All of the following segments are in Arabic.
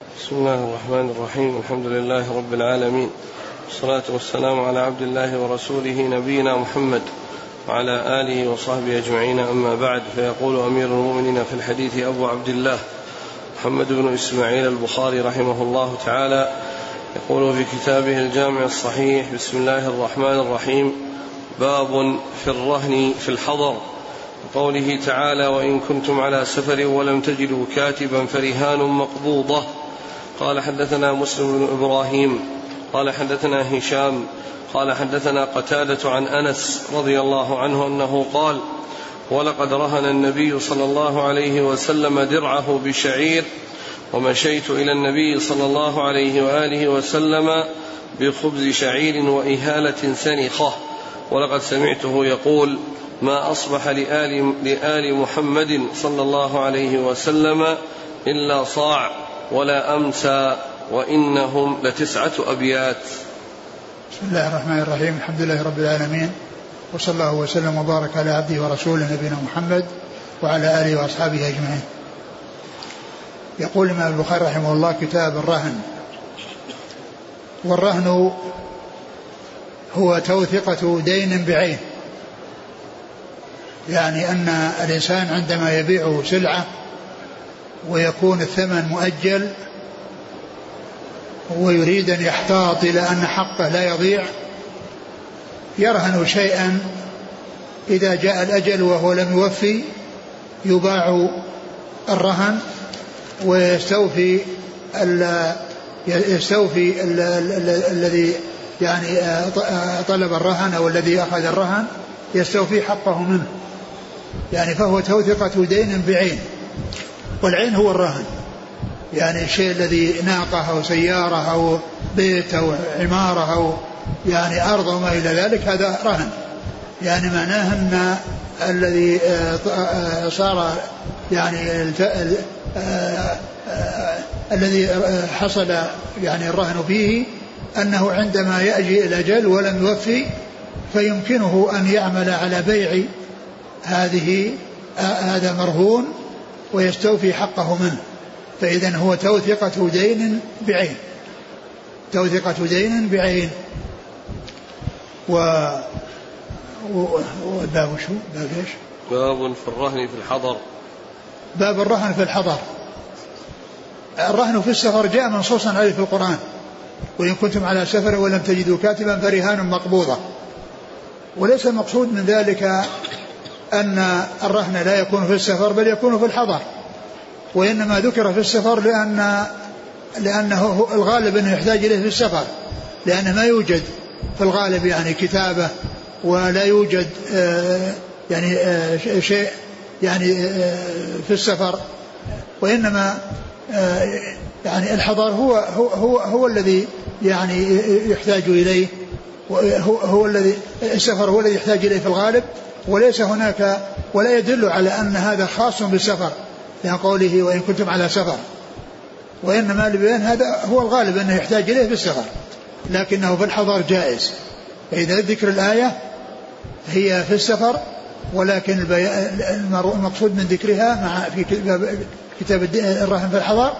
بسم الله الرحمن الرحيم. الحمد لله رب العالمين، والصلاة والسلام على عبد الله ورسوله نبينا محمد وعلى آله وصحبه أجمعين، أما بعد. فيقول أمير المؤمنين في الحديث أبو عبد الله محمد بن إسماعيل البخاري رحمه الله تعالى، يقول في كتابه الجامع الصحيح: بسم الله الرحمن الرحيم. باب في الرهن في الحضر، قوله تعالى: وإن كنتم على سفر ولم تجدوا كاتبا فرهان مقبوضة. قال: حدثنا مسلم بن إبراهيم قال حدثنا هشام قال حدثنا قتادة عن أنس رضي الله عنه أنه قال: ولقد رهن النبي صلى الله عليه وسلم درعه بشعير، ومشيت إلى النبي صلى الله عليه وآله وسلم بخبز شعير وإهالة سنخة، ولقد سمعته يقول: ما أصبح لآل محمد صلى الله عليه وسلم إلا صاع ولا أمسى، وإنهم ل9 أبيات. بسم الله الرحمن الرحيم. الحمد لله رب العالمين، وصلى الله وسلم وبارك على عبده ورسوله نبينا محمد وعلى آله وأصحابه أجمعين. يقول الإمام البخاري رحمه الله: كتاب الرهن. والرهن هو توثقة دين بعين، يعني أن الإنسان عندما يبيع سلعة ويكون الثمن مؤجل ويريد أن يحتاط إلى أن حقه لا يضيع، يرهن شيئا، إذا جاء الأجل وهو لم يوفي يباع الرهن ويستوفي الذي يعني طلب الرهن أو الذي أخذ الرهن يستوفي حقه منه، يعني فهو توثقة دين بعين. والعين هو الرهن، يعني الشيء الذي ناقة أو سيارة أو بيت أو عمارة أو يعني أرض وما إلى ذلك، هذا رهن. يعني معناه أن الذي صار يعني الذي حصل يعني الرهن فيه أنه عندما يأتي الأجل ولم يوفي فيمكنه أن يعمل على بيع هذا مرهون ويستوفي حقه منه. فإذن هو توثقة دين بعين، توثقة دين بعين. وباب شو؟ باب ايش؟ باب في الرهن في الحضر. باب الرهن في الحضر. الرهن في السفر جاء منصوصا عليه في القرآن: وإن كنتم على سفر ولم تجدوا كاتبا فرهان مقبوضة. وليس المقصود من ذلك أن الرهن لا يكون في السفر بل يكون في الحضر، وإنما ذكر في السفر لأنه الغالب أنه يحتاج إليه في السفر، لأنه ما يوجد في الغالب يعني كتابة، ولا يوجد يعني شيء يعني في السفر، وإنما يعني الحضر هو الذي يعني يحتاج إليه، هو الذي السفر هو الذي يحتاج إليه في الغالب، وليس هناك ولا يدل على أن هذا خاص بالسفر لأن قوله وإن كنتم على سفر، وإنما لبيان هذا هو الغالب أنه يحتاج إليه في السفر، لكنه في الحضر جائز. فإذا ذكر الآية هي في السفر، ولكن المقصود من ذكرها في كتاب الرهن في الحضر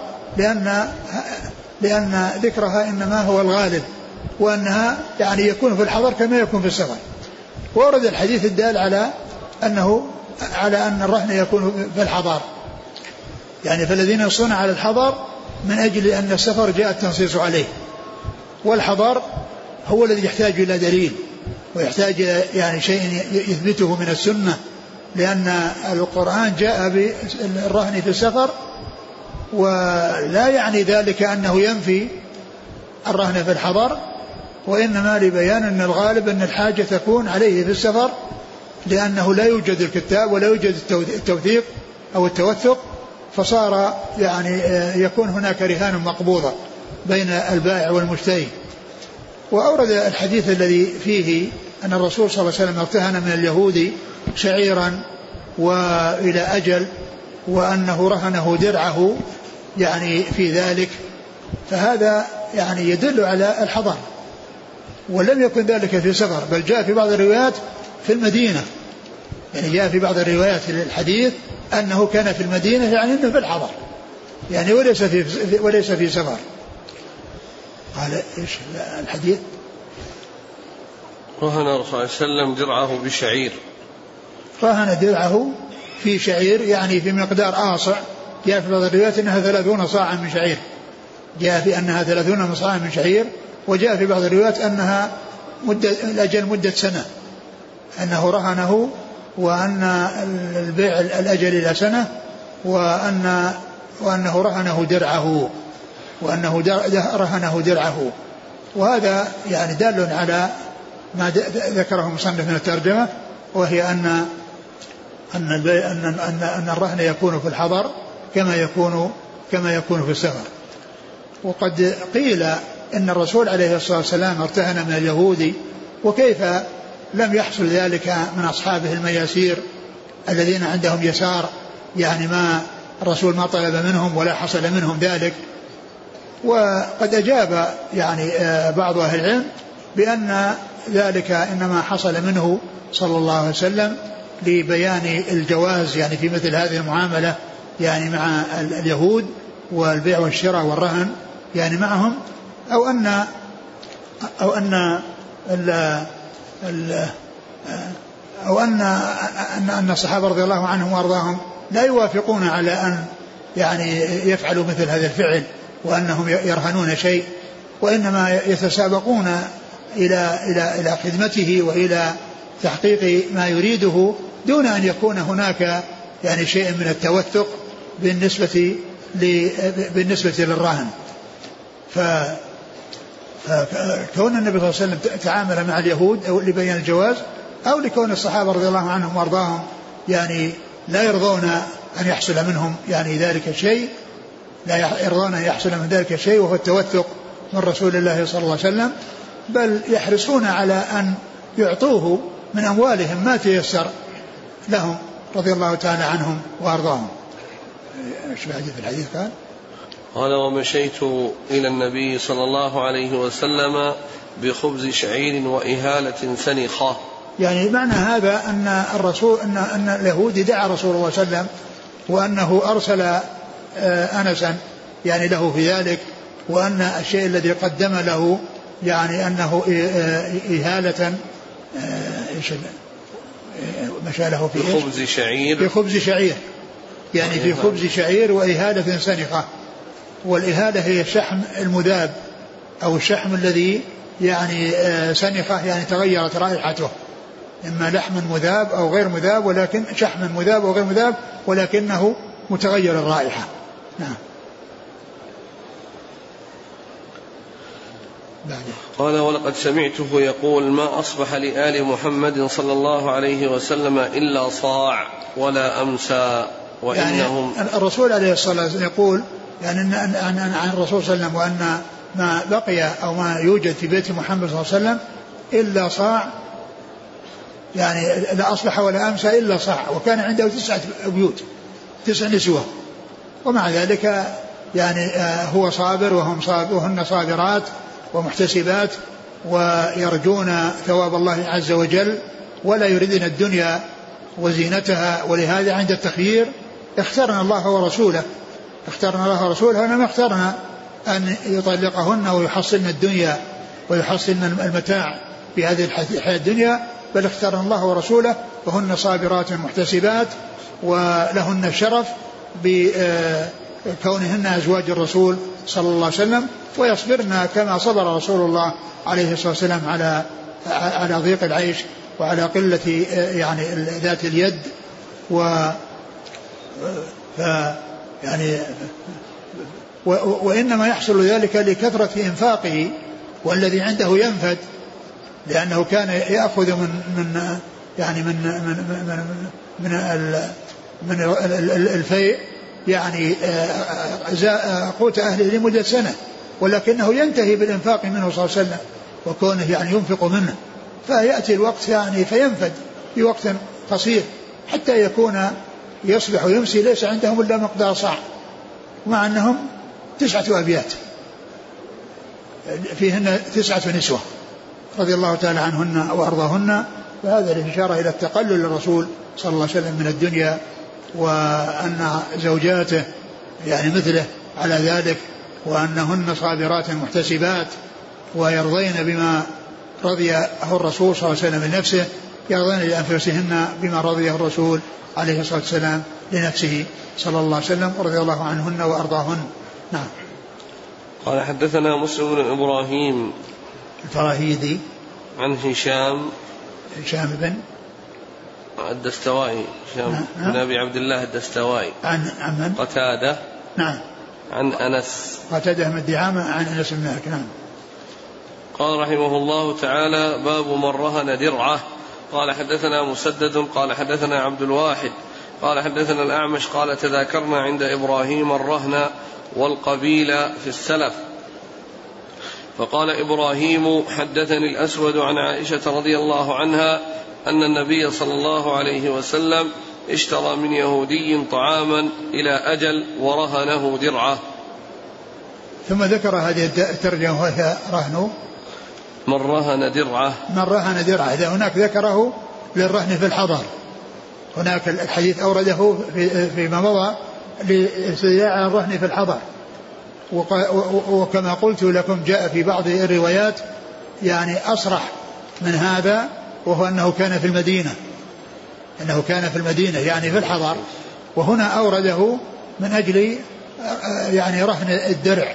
لأن ذكرها إنما هو الغالب، وأنها يعني يكون في الحضر كما يكون في السفر. وورد الحديث الدال على أن الرهن يكون في الحضر، يعني فالذين يصون على الحضر من أجل أن السفر جاء التنصيص عليه، والحضر هو الذي يحتاج إلى دليل ويحتاج إلى يعني شيء يثبته من السنة، لأن القرآن جاء بالرهن في السفر، ولا يعني ذلك أنه ينفي الرهن في الحضر، وإنما لبيان أن الغالب أن الحاجة تكون عليه في السفر، لأنه لا يوجد الكتاب ولا يوجد التوثيق أو التوثق، فصار يعني يكون هناك رهان مقبوضة بين البائع والمشتري. وأورد الحديث الذي فيه أن الرسول صلى الله عليه وسلم ارتهن من اليهود شعيرا وإلى أجل، وأنه رهنه درعه يعني في ذلك، فهذا يعني يدل على الحضر. ولم يكن ذلك في سفر، بل جاء في بعض الروايات في المدينة، يعني جاء في بعض الروايات الحديث أنه كان في المدينة، يعني أنه في الحضر، يعني وليس في سفر. قال إيش الحديث؟ رهن الرسول صلى الله عليه وسلم درعه بشعير. رهن درعه في شعير يعني في مقدار آصع. جاء في بعض الروايات أنها 30 صاعا من شعير. جاء في أنها 30 صاعا من شعير. وجاء في بعض الروايات أنها الأجل مدة سنة. أنه رهنه وأن البيع الأجل إلى سنة وأنه رهنه درعه رهنه درعه. وهذا يعني دال على ما ذكره مصنف من الترجمة، وهي أن الرهن يكون في الحضر كما يكون في السفر. وقد قيل إن الرسول عليه الصلاة والسلام ارتهن من اليهود، وكيف لم يحصل ذلك من أصحابه المياسير الذين عندهم يسار، يعني ما الرسول ما طلب منهم ولا حصل منهم ذلك. وقد أجاب يعني بعض أهل العلم بأن ذلك إنما حصل منه صلى الله عليه وسلم لبيان الجواز يعني في مثل هذه المعاملة يعني مع اليهود والبيع والشراء والرهن يعني معهم، أو أن الصحابة رضي الله عنهم وأرضاهم لا يوافقون على أن يعني يفعلوا مثل هذا الفعل وأنهم يرهنون شيء، وإنما يتسابقون إلى خدمته وإلى تحقيق ما يريده دون أن يكون هناك يعني شيء من التوثق بالنسبة للرهن. فكون النبي صلى الله عليه وسلم تعامل مع اليهود أو لبيان الجواز، أو لكون الصحابة رضي الله عنهم وارضاهم يعني لا يرضون أن يحصل منهم يعني ذلك الشيء، لا يرضون أن يحصل من ذلك الشيء وهو التوثق من رسول الله صلى الله عليه وسلم، بل يحرصون على أن يعطوه من أموالهم ما تيسر لهم رضي الله تعالى عنهم وأرضاهم. ايش بعد في الحديث؟ قال ومشيت إلى النبي صلى الله عليه وسلم بخبز شعير وإهالة سنخة. يعني معنى هذا أن الرسول أن اليهود دعا رسول الله صلى الله عليه وسلم وأنه أرسل أنسا يعني له في ذلك، وأن الشيء الذي قدم له يعني أنه إهالة مشى له في خبز شعير يعني في خبز شعير وإهالة سنخة. والإهالة هي الشحم المذاب أو الشحم الذي يعني سنخة يعني تغيرت رائحته، إما لحم مذاب أو غير مذاب، ولكن شحم مذاب أو غير مذاب ولكنه متغير الرائحة. نعم. قال ولقد سمعته يقول ما أصبح لآل محمد صلى الله عليه وسلم إلا صاع ولا أمسى وإنهم يعني الرسول عليه الصلاة والسلام يقول يعني عن الرسول صلى الله عليه وسلم وأن ما بقي أو ما يوجد في بيت محمد صلى الله عليه وسلم إلا صاع، يعني لا أصبح ولا أمسى إلا صاع. وكان عنده 9 بيوت 9 نسوة، ومع ذلك يعني هو صابر وهن صابرات ومحتسبات ويرجون ثواب الله عز وجل ولا يريدن الدنيا وزينتها. ولهذا عند التخيير اخترنا الله ورسوله ولم يخترنا أن يطلقهن ويحصلن الدنيا ويحصلن المتاع في هذه الحياة الدنيا، بل اخترنا الله ورسوله وهن صابرات محتسبات ولهن الشرف بكونهن أزواج الرسول صلى الله عليه وسلم، ويصبرن كما صبر رسول الله عليه الصلاة والسلام على ضيق العيش وعلى قلة يعني ذات اليد. وإنما يحصل ذلك لكثرة إنفاقه والذي عنده ينفد، لأنه كان يأخذ من الفيء يعني قوت أهله لمدة سنة، ولكنه ينتهي بالإنفاق منه صلى الله عليه وسلم وكونه يعني ينفق منه، فيأتي الوقت يعني فينفد في وقت قصير حتى يكون يصبح ويمسي ليس عندهم إلا مقدار صاع، ومع أنهم 9 أبيات فيهن 9 نسوة رضي الله تعالى عنهن وأرضاهن. فهذا الإشارة إلى التقلل للرسول صلى الله عليه وسلم من الدنيا، وأن زوجاته يعني مثله على ذلك، وأنهن صابرات محتسبات ويرضين بما رضيه الرسول صلى الله عليه وسلم لنفسه، يرضين لأنفسهن بما رضيه الرسول عليه الصلاة والسلام لنفسه صلى الله عليه وسلم، ورضي الله عنهن وأرضاهن. نعم. قال حدثنا مسلم بن إبراهيم الفراهيدي عن هشام بن الدستوائي، هشام بن أبي عبد الله الدستوائي عن من؟ قتادة. نعم. عن أنس، قتادة بن الدعامة عن أنس بن مالك. نعم. قال رحمه الله تعالى: باب من رهن درعه. قال حدثنا مسدد قال حدثنا عبد الواحد قال حدثنا الأعمش قال تذاكرنا عند إبراهيم الرهن والقبيل في السلف، فقال إبراهيم: حدثني الأسود عن عائشة رضي الله عنها أن النبي صلى الله عليه وسلم اشترى من يهودي طعاما إلى أجل ورهنه درعه. ثم ذكر هذه الترجمة وهي رهن من رهن درعه. من رهن درعه، إذا هناك ذكره للرهن في الحضر، هناك الحديث أورده فيما مضى لاستدلاء الرهن في الحضر، وكما قلت لكم جاء في بعض الروايات يعني أصرح من هذا، وهو أنه كان في المدينة، يعني في الحضر، وهنا أورده من أجل يعني رهن الدرع،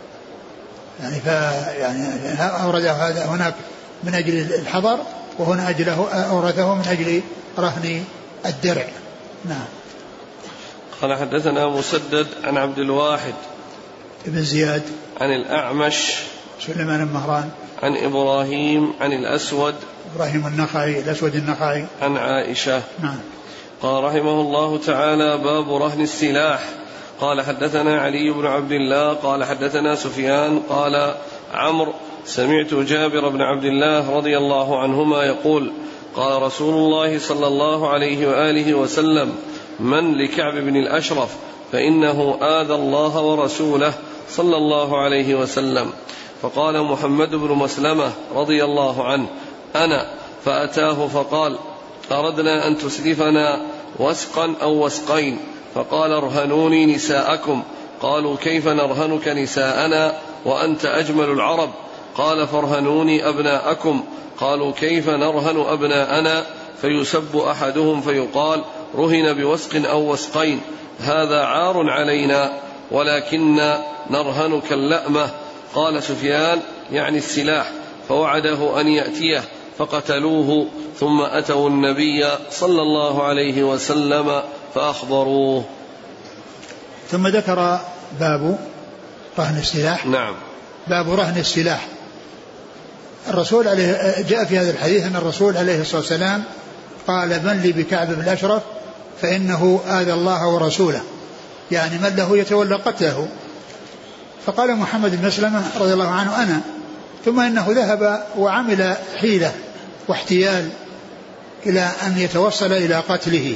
يعني أورده هذا هناك من أجل الحضر، وهنا أورده من أجل رهن الدرع. نعم. قال حدثنا مسدد عن عبد الواحد ابن زياد عن الأعمش سليمان بن مهران عن إبراهيم عن الأسود إبراهيم النخعي الأسود النخعي عن عائشة. نعم. قال رحمه الله تعالى: باب رهن السلاح. قال حدثنا علي بن عبد الله قال حدثنا سفيان قال عمرو: سمعت جابر بن عبد الله رضي الله عنهما يقول: قال رسول الله صلى الله عليه وآله وسلم: من لكعب بن الأشرف فإنه آذى الله ورسوله صلى الله عليه وسلم. فقال محمد بن مسلمة رضي الله عنه: أنا. فأتاه فقال: أردنا أن تسلفنا وسقا أو وسقين، فقال: ارهنوني نساءكم. قالوا: كيف نرهنك نساءنا وأنت أجمل العرب؟ قال: فارهنوني أبناءكم. قالوا: كيف نرهن أبناءنا؟ فيسب أحدهم فيقال: رهن بوسق أو وسقين، هذا عار علينا، ولكن نرهنك اللأمة. قال سفيان: يعني السلاح. فوعده أن يأتيه، فقتلوه، ثم أتوا النبي صلى الله عليه وسلم فأخبروه. ثم ذكر باب رهن السلاح. نعم. باب رهن السلاح. الرسول عليه جاء في هذا الحديث أن الرسول عليه الصلاة والسلام قال: من لي بكعب بن الأشرف فإنه آذى الله ورسوله، يعني من له يتولى قتله. فقال محمد بن مسلمة رضي الله عنه: أنا. ثم إنه ذهب وعمل حيلة واحتيال إلى أن يتوصل إلى قتله،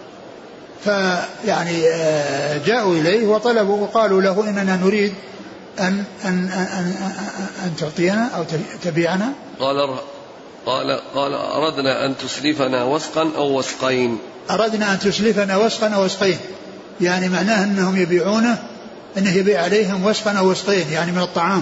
فيعني جاءوا إليه وطلبوا وقالوا له: إننا نريد أن تعطينا أو تبيعنا. قال: أردنا أن تسلفنا وسقا أو وسقين. أردنا أن تسلفنا وسقا أو وسقين، يعني معناه أنهم يبيعونه، أنه يبيع عليهم وسقا أو وسقين، يعني من الطعام،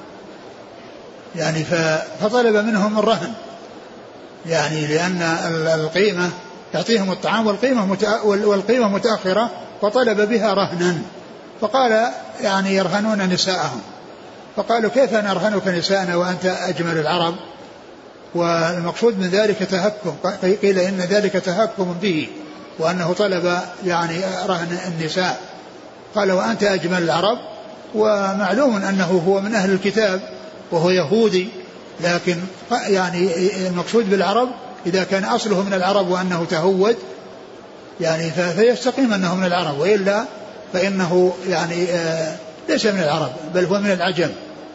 يعني فطلب منهم الرهن، يعني لأن القيمة يعطيهم الطعام والقيمة متأخرة، وطلب بها رهنا. فقال: يعني يرهنون نساءهم. فقالوا: كيف نرهنك نساءنا وأنت أجمل العرب؟ والمقصود من ذلك تهكم، قيل إن ذلك تهكم به، وأنه طلب يعني رهن النساء. قال: وأنت أجمل العرب. ومعلوم أنه هو من أهل الكتاب وهو يهودي، لكن يعني المقصود بالعرب إذا كان أصله من العرب وأنه تهود يعني فيستقيم أنه من العرب، وإلا فإنه يعني ليس من العرب بل هو من العجم.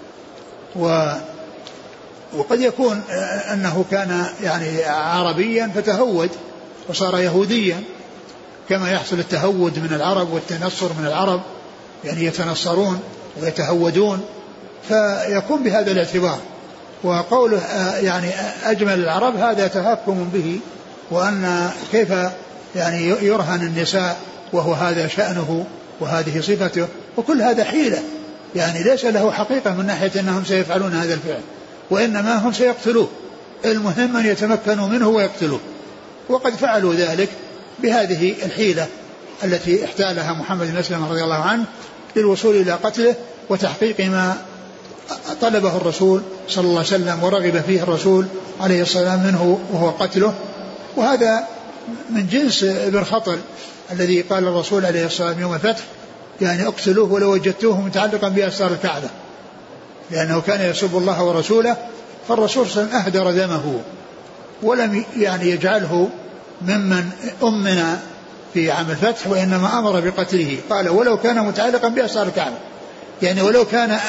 وقد يكون أنه كان يعني عربيا فتهود وصار يهوديا، كما يحصل التهود من العرب والتنصر من العرب، يعني يتنصرون ويتهودون، فيكون بهذا الاعتبار. وقوله يعني أجمل العرب هذا تهكم به، وأن كيف يعني يرهن النساء وهو هذا شأنه وهذه صفته، وكل هذا حيلة، يعني ليس له حقيقة من ناحية أنهم سيفعلون هذا الفعل، وإنما هم سيقتلوه، المهم أن يتمكنوا منه ويقتلوه. وقد فعلوا ذلك بهذه الحيلة التي احتالها محمد بن مسلمة رضي الله عنه للوصول إلى قتله وتحقيق ما طلبه الرسول صلى الله عليه وسلم ورغب فيه الرسول عليه الصلاة والسلام منه وهو قتله. وهذا من جنس ابن خطل الذي قال الرسول عليه الصلاة والسلام يوم الفتح يعني اقتلوه ولو وجدتوه متعلقا بأسرار الكعبة، لأنه كان يسب الله ورسوله، فالرسول صلى الله عليه وسلم أهدر دمه ولم يعني يجعله ممن أمن في عام الفتح، وإنما أمر بقتله. قال ولو كان متعلقا بأسرار الكعبة، يعني ولو كان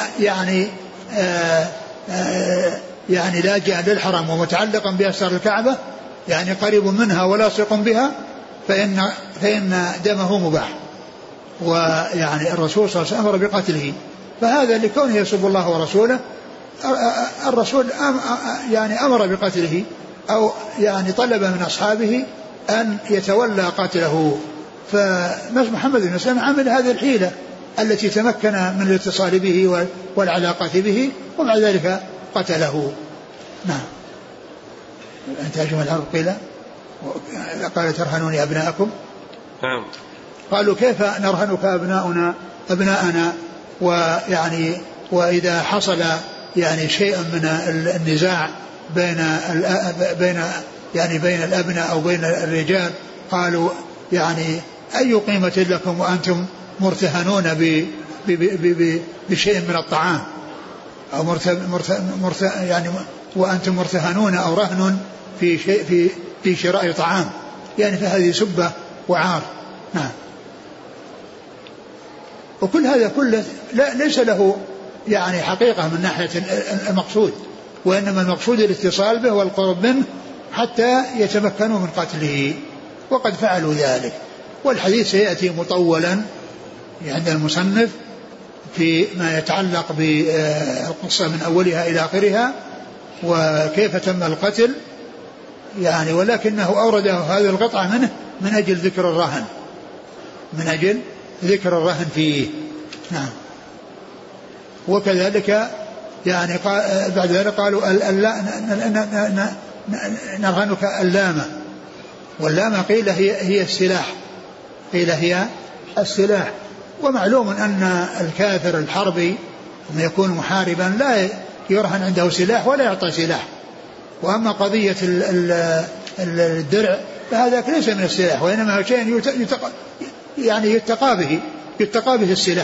يعني لاجئا للحرم ومتعلقا بأسرار الكعبة يعني قريب منها ولاصق بها فإن دمه مباح. ويعني الرسول صلى الله عليه وسلم أمر بقتله، فهذا لكونه يسب الله ورسوله الرسول يعني أمر بقتله أو يعني طلب من أصحابه أن يتولى قتله. فمحمد بن مسلمة عمل هذه الحيلة التي تمكن من الاتصال به والعلاقة به، ومع ذلك قتله. نعم. انتهجم الحرب قال ترهنوني أبناءكم. نعم. قالوا كيف نرهنك أبناءنا ويعني وإذا حصل يعني شيء من النزاع بين الأبناء أو بين الرجال، قالوا يعني أي قيمة لكم وأنتم مرتهنون بشيء من الطعام أو يعني وأنتم مرتهنون أو رهن في شيء في شراء طعام، يعني فهذه سبة وعار. نعم. وكل هذا كله ليس له يعني حقيقة من ناحية المقصود، وإنما المقصود الاتصال به والقرب منه حتى يتمكنوا من قتله، وقد فعلوا ذلك. والحديث سيأتي مطولا عند المصنف فيما يتعلق بالقصة من أولها إلى آخرها وكيف تم القتل يعني، ولكنه أورده هذه القطعة منه من أجل ذكر الرهن فيه. نعم. وكذلك يعني بعد ذلك قالوا نرهنك اللامة، واللامة قيل هي السلاح. ومعلوم أن الكافر الحربي لما يكون محاربا لا يرهن عنده سلاح ولا يعطى سلاح. وأما قضية الدرع فهذا ليس من السلاح، وإنما شيء يعني يتقى به السلاح.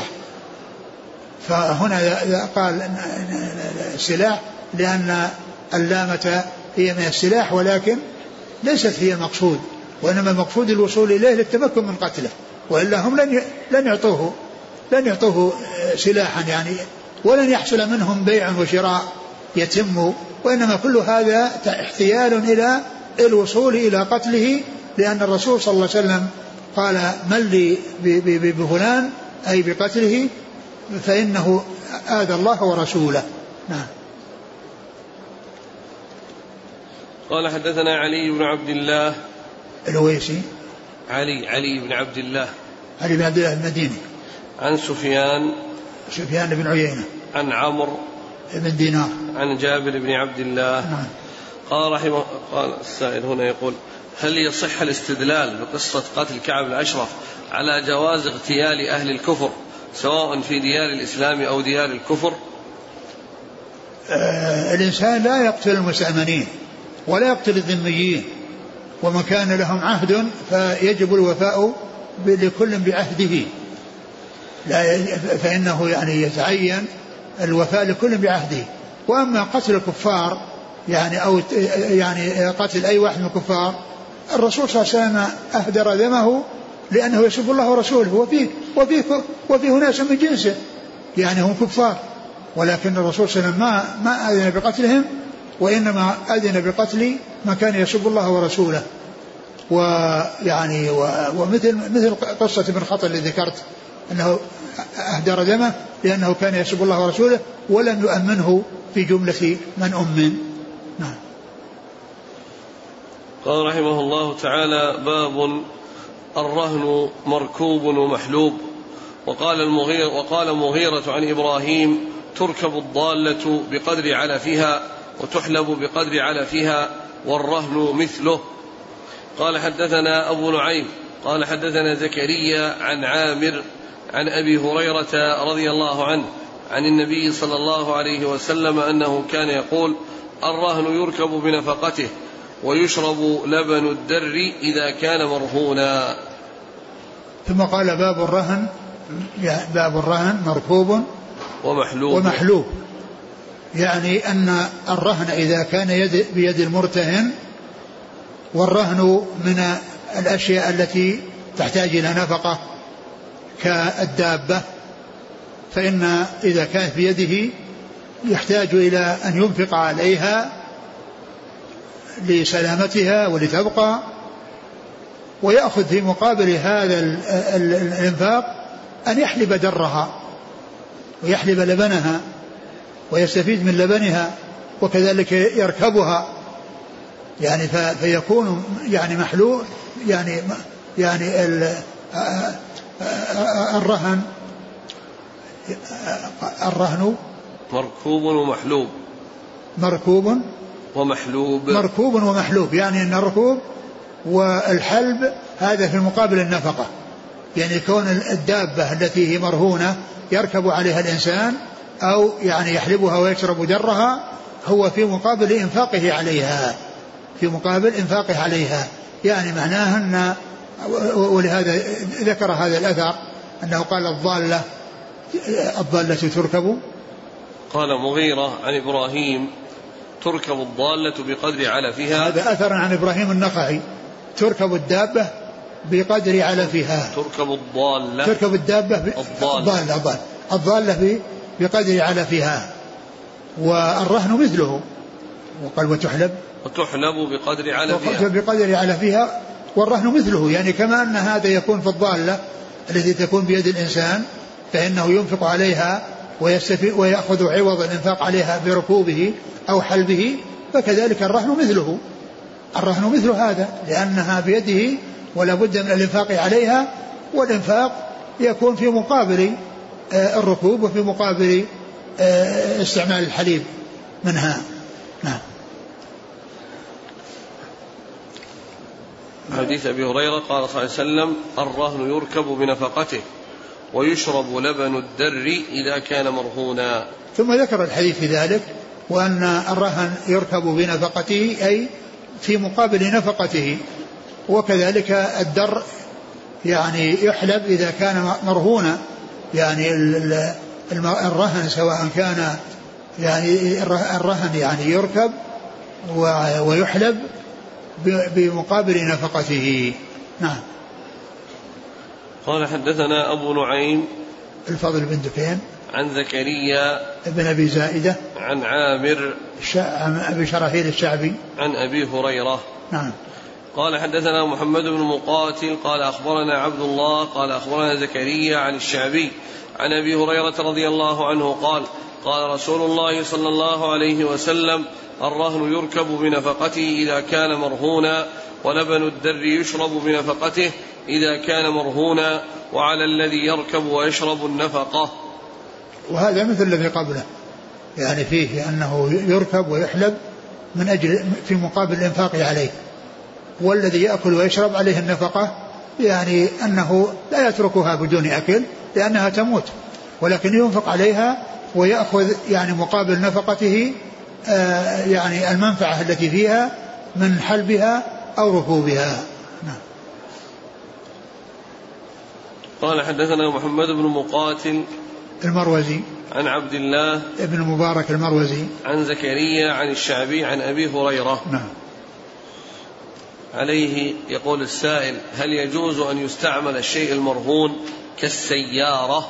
فهنا قال السلاح لأن اللامة هي من السلاح، ولكن ليست هي المقصود، وإنما المقصود الوصول إليه للتمكن من قتله، وإلا هم لن يعطوه سلاحا يعني، ولن يحصل منهم بيع وشراء يتم، وإنما كل هذا احتيال إلى الوصول إلى قتله، لأن الرسول صلى الله عليه وسلم قال من لي بفلان أي بقتله فإنه آذى الله ورسوله. نعم. قال حدثنا علي بن عبد الله الويسي علي بن عبد الله المديني عن سفيان بن عيينة عن عمرو بن دينار عن جابر بن عبد الله. نعم. قال السائل هنا يقول هل يصح الاستدلال بقصة قتل كعب الأشرف على جواز اغتيال أهل الكفر سواء في ديار الإسلام أو ديار الكفر؟ الإنسان لا يقتل المستأمنين ولا يقتل الذميين، ومن كان لهم عهد فيجب الوفاء لكل بعهده، فإنه يعني يتعين الوفاء لكل بعهده. وأما قتل الكفار يعني أو يعني قتل أي واحد من الكفار، الرسول صلى الله عليه وسلم أهدر دمه لأنه يسب الله ورسوله، وفيه ناس من جنسه يعني هم كفار، ولكن الرسول صلى الله عليه وسلم ما أذن بقتلهم، وإنما أذن بقتل ما كان يسب الله ورسوله. ويعني ومثل قصة ابن خطل اللي ذكرت أنه أهدر دمه لأنه كان يسب الله ورسوله ولم يؤمنه في جملة من أمن. نعم. قال رحمه الله تعالى باب الرهن مركوب ومحلوب وقال مغيرة عن إبراهيم: تركب الضالة بقدر علفها وتحلب بقدر علفها والرهن مثله. قال حدثنا أبو نعيم قال حدثنا زكريا عن عامر عن أبي هريرة رضي الله عنه عن النبي صلى الله عليه وسلم أنه كان يقول: الرهن يركب بنفقته ويشرب لبن الدر إذا كان مرهونا. ثم قال: باب الرهن مركوب ومحلوب. يعني أن الرهن إذا كان بيد المرتهن، والرهن من الأشياء التي تحتاج إلى نفقة كالدابة، فإن إذا كانت بيده يحتاج إلى أن ينفق عليها لسلامتها ولتبقى، ويأخذ في مقابل هذا الإنفاق أن يحلب درها ويحلب لبنها ويستفيد من لبنها، وكذلك يركبها، يعني فيكون يعني محلول، يعني الرهن مركوب ومحلوب، يعني أن الركوب والحلب هذا في مقابل النفقة، يعني كون الدابة التي هي مرهونة يركب عليها الإنسان أو يعني يحلبها ويشرب درها هو في مقابل إنفاقه عليها، يعني معناها أن، ولهذا ذكر هذا الأثر أنه قال: الضالة تركب. قال مغيرة عن إبراهيم: تركب الضالة بقدر علفها. هذا أثر عن إبراهيم النخعي: تركب الدابة بقدر علفها. تركب الدابة الضالة بقدر علفها. والرهن مثله، وقال: وتحلب بقدر علفها والرهن مثله، يعني كما أن هذا يكون في الضالة التي تكون بيد الإنسان فإنه ينفق عليها ويأخذ عوض الإنفاق عليها بركوبه أو حلبه، فكذلك الرهن مثل هذا، لأنها بيده ولا بد من الإنفاق عليها، والإنفاق يكون في مقابل الركوب وفي مقابل استعمال الحليب منها. نعم. حديث أبي هريرة قال صلى الله عليه وسلم: الرهن يركب بنفقته ويشرب لبن الدر إذا كان مرهونا. ثم ذكر الحديث في ذلك، وأن الرهن يركب بنفقته أي في مقابل نفقته، وكذلك الدر يعني يحلب إذا كان مرهونا، يعني الرهن سواء كان يعني الرهن يعني يركب ويحلب بمقابل نفقته. نعم. قال حدثنا أبو نعيم الفضل بن دكين عن زكريا ابن أبي زائدة عن عامر أبي شراحيل الشعبي عن أبي هريرة. نعم. قال حدثنا محمد بن مقاتل قال أخبرنا عبد الله قال أخبرنا زكريا عن الشعبي عن أبي هريرة رضي الله عنه قال: قال رسول الله صلى الله عليه وسلم: الرهن يركب بنفقته إذا كان مرهونا، ولبن الدر يشرب بنفقته إذا كان مرهونا، وعلى الذي يركب ويشرب النفقة. وهذا مثل الذي قبله، يعني فيه أنه يركب ويحلب من أجل في مقابل الإنفاق عليه، والذي يأكل ويشرب عليه النفقة، يعني أنه لا يتركها بدون أكل لأنها تموت، ولكن ينفق عليها ويأخذ يعني مقابل نفقته يعني المنفعة التي فيها من حلبها أو ركوبها. نعم. قال حدثنا محمد بن مقاتل المروزي عن عبد الله ابن مبارك المروزي عن زكريا عن الشعبي عن أبي هريرة. نعم. عليه يقول السائل: هل يجوز أن يستعمل الشيء المرهون كالسيارة؟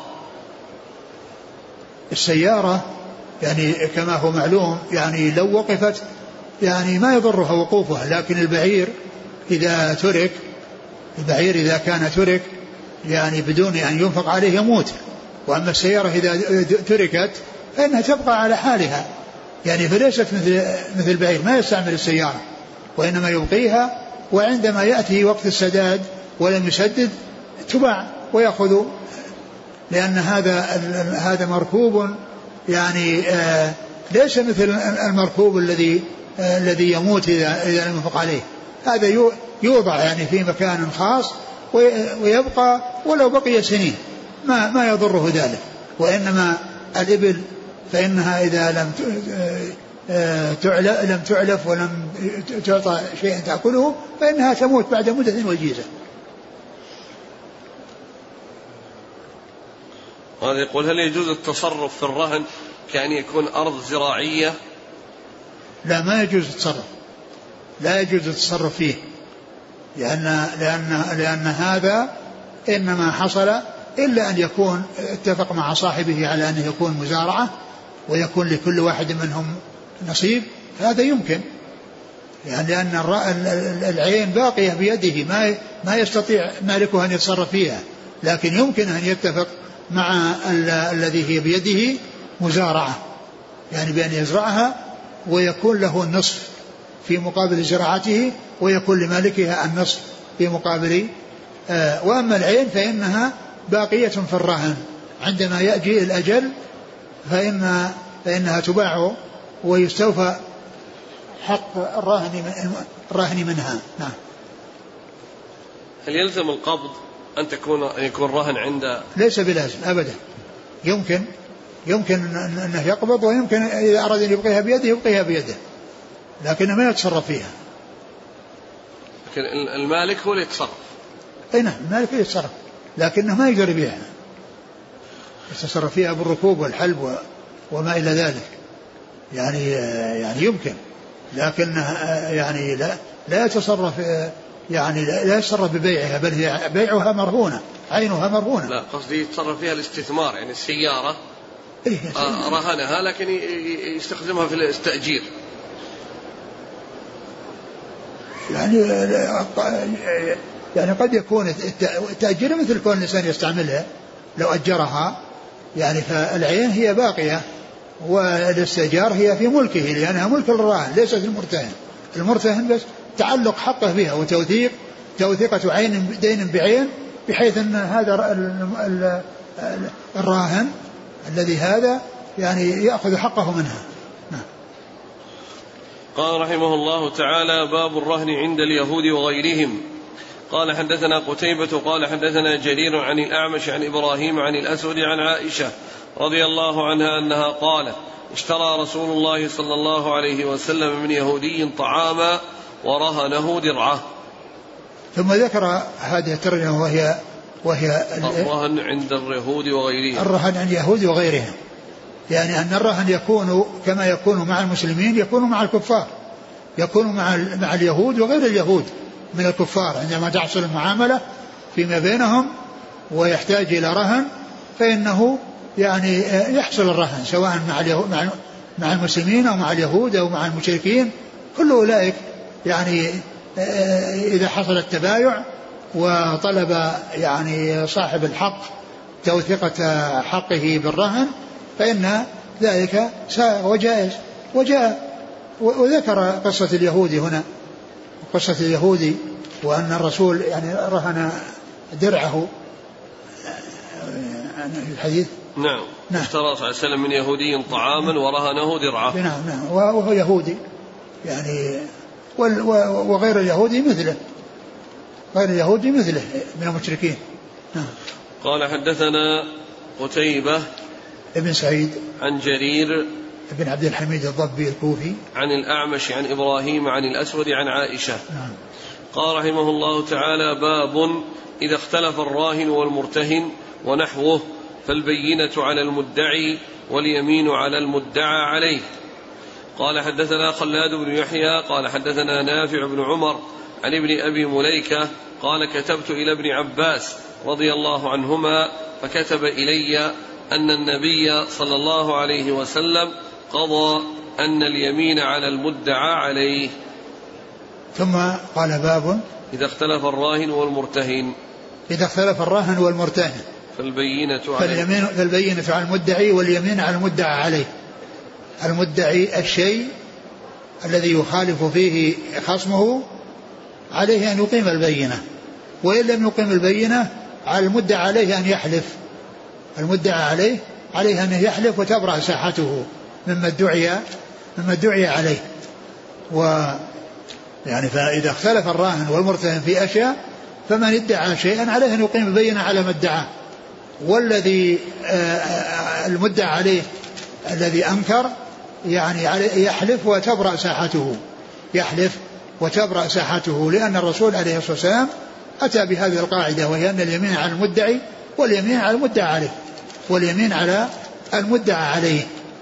السيارة يعني كما هو معلوم يعني لو وقفت يعني ما يضرها وقوفها، لكن البعير إذا كان ترك يعني بدون أن ينفق عليه يموت، وأما السيارة إذا تركت فإنها تبقى على حالها، يعني فليست مثل البعير ما يستعمل السيارة، وإنما يبقيها، وعندما يأتي وقت السداد ولم يسدد تباع ويأخذ لأن هذا مركوب يعني ليس مثل المركوب الذي يموت إذا لم ينفق عليه. هذا يوضع يعني في مكان خاص ويبقى ولو بقي سنين ما يضره ذلك. وإنما الإبل فإنها إذا لم تعلف ولم تعطى شيئا تأكله فإنها تموت بعد مدة وجيزة. هذا يقول هل يجوز التصرف في الرهن كأن يكون أرض زراعية؟ لا، ما يجوز التصرف، لا يجوز التصرف فيه، لأن هذا إنما حصل إلا أن يكون اتفق مع صاحبه على أن يكون مزارعة ويكون لكل واحد منهم نصيب. هذا يمكن يعني لأن العين باقية بيده ما يستطيع مالكها أن يتصرف فيها، لكن يمكن أن يتفق مع الذي هي بيده مزارعة، يعني بأن يزرعها ويكون له النصف في مقابل زراعته ويكون لمالكها النصف في مقابل وأما العين فإنها باقية في الرهن، عندما يأتي الأجل فإنها تباع ويستوفى حق الراهن منها. نعم. هل يلزم القبض أن يكون رهن عند؟ ليس بلازم أبدا، يمكن أنه يقبض، ويمكن إذا أراد أن يبقيها بيده يبقيها بيده، لكنه ما يتصرف فيها. لكن المالك هو اللي يتصرف. أي نعم، المالك هو يتصرف، لكنه ما يقدر يبيعها، يتصرف فيها بالركوب والحلب وما إلى ذلك، يعني يمكن، لكن يعني لا يتصرف، يعني لا يتصرف ببيعها، بل هي بيعها مرهونة، عينها مرهونة. لا، قصدي يتصرف فيها الاستثمار، يعني السيارة رهنها لكن يستخدمها في التأجير. يعني قد يكون التأجير مثل كون الإنسان يستعملها لو أجرها، يعني فالعين هي باقية والاستئجار هي في ملكه لأنها ملك الراهن ليست المرتهن. المرتهن بس تعلق حقه بها وتوثيقة عين دين بعين، بحيث أن هذا الراهن الذي هذا يعني يأخذ حقه منها. قال رحمه الله تعالى: باب الرهن عند اليهود وغيرهم. قال حدثنا قتيبة قال حدثنا جرير عن الأعمش عن إبراهيم عن الأسود عن عائشة رضي الله عنها أنها قالت: اشترى رسول الله صلى الله عليه وسلم من يهودي طعاما ورهنه درعه. ثم ذكر هذه الترجمة وهي الرهن عند اليهود وغيرهم. الرهن عند اليهود وغيرهم، يعني أن الرهن يكون كما يكون مع المسلمين يكون مع الكفار، يكون مع اليهود وغير اليهود من الكفار. عندما تحصل المعاملة فيما بينهم ويحتاج إلى رهن فإنه يعني يحصل الرهن سواء مع المسلمين أو مع اليهود أو مع المشركين، كل أولئك يعني إذا حصل التبايع وطلب يعني صاحب الحق توثيقة حقه بالرهن فإن ذلك وجائز. وذكر قصة اليهودي هنا، قصة اليهودي وأن الرسول يعني رهن درعه في الحديث. نعم. اشترى صلى الله عليه وسلم من يهودي طعاما ورهنه درعه. نعم. وهو يهودي يعني وغير اليهودي مثله، غير اليهودي مثله من المشركين. نعم. قال حدثنا قتيبة ابن سعيد عن جرير ابن عبد الحميد الضبي الكوفي عن الأعمش عن إبراهيم عن الأسود عن عائشة. نعم. قال رحمه الله تعالى: باب إذا اختلف الراهن والمرتهن ونحوه فالبينة على المدعي واليمين على المدعى عليه. قال حدثنا خلاد بن يحيى قال حدثنا نافع بن عمر عن ابن أبي مليكة قال: كتبت إلى ابن عباس رضي الله عنهما فكتب إلي أن النبي صلى الله عليه وسلم قضى أن اليمين على المدعى عليه. ثم قال: باب إذا اختلف الراهن والمرتهن. إذا اختلف الراهن والمرتهن فالبينة على المدعي واليمين على المدعى عليه. المدعي الشيء الذي يخالف فيه خصمه عليه أن يقيم البينة، وإن لم يقيم البينة على المدعى عليه أن يحلف المدعى عليه أن يحلف وتبرأ ساحته مما ادعي عليه. يعني فإذا اختلف الراهن والمرتهن في أشياء فمن ادعى شيئا عليه أن يقيم البينة على ما ادعاه، والذي المدعى عليه الذي أنكر يعني يحلف وتبرأ ساحته، لأن الرسول عليه الصلاة والسلام أتى بهذه القاعدة، وهي أن اليمين على المدعي واليمين على المدعى عليه.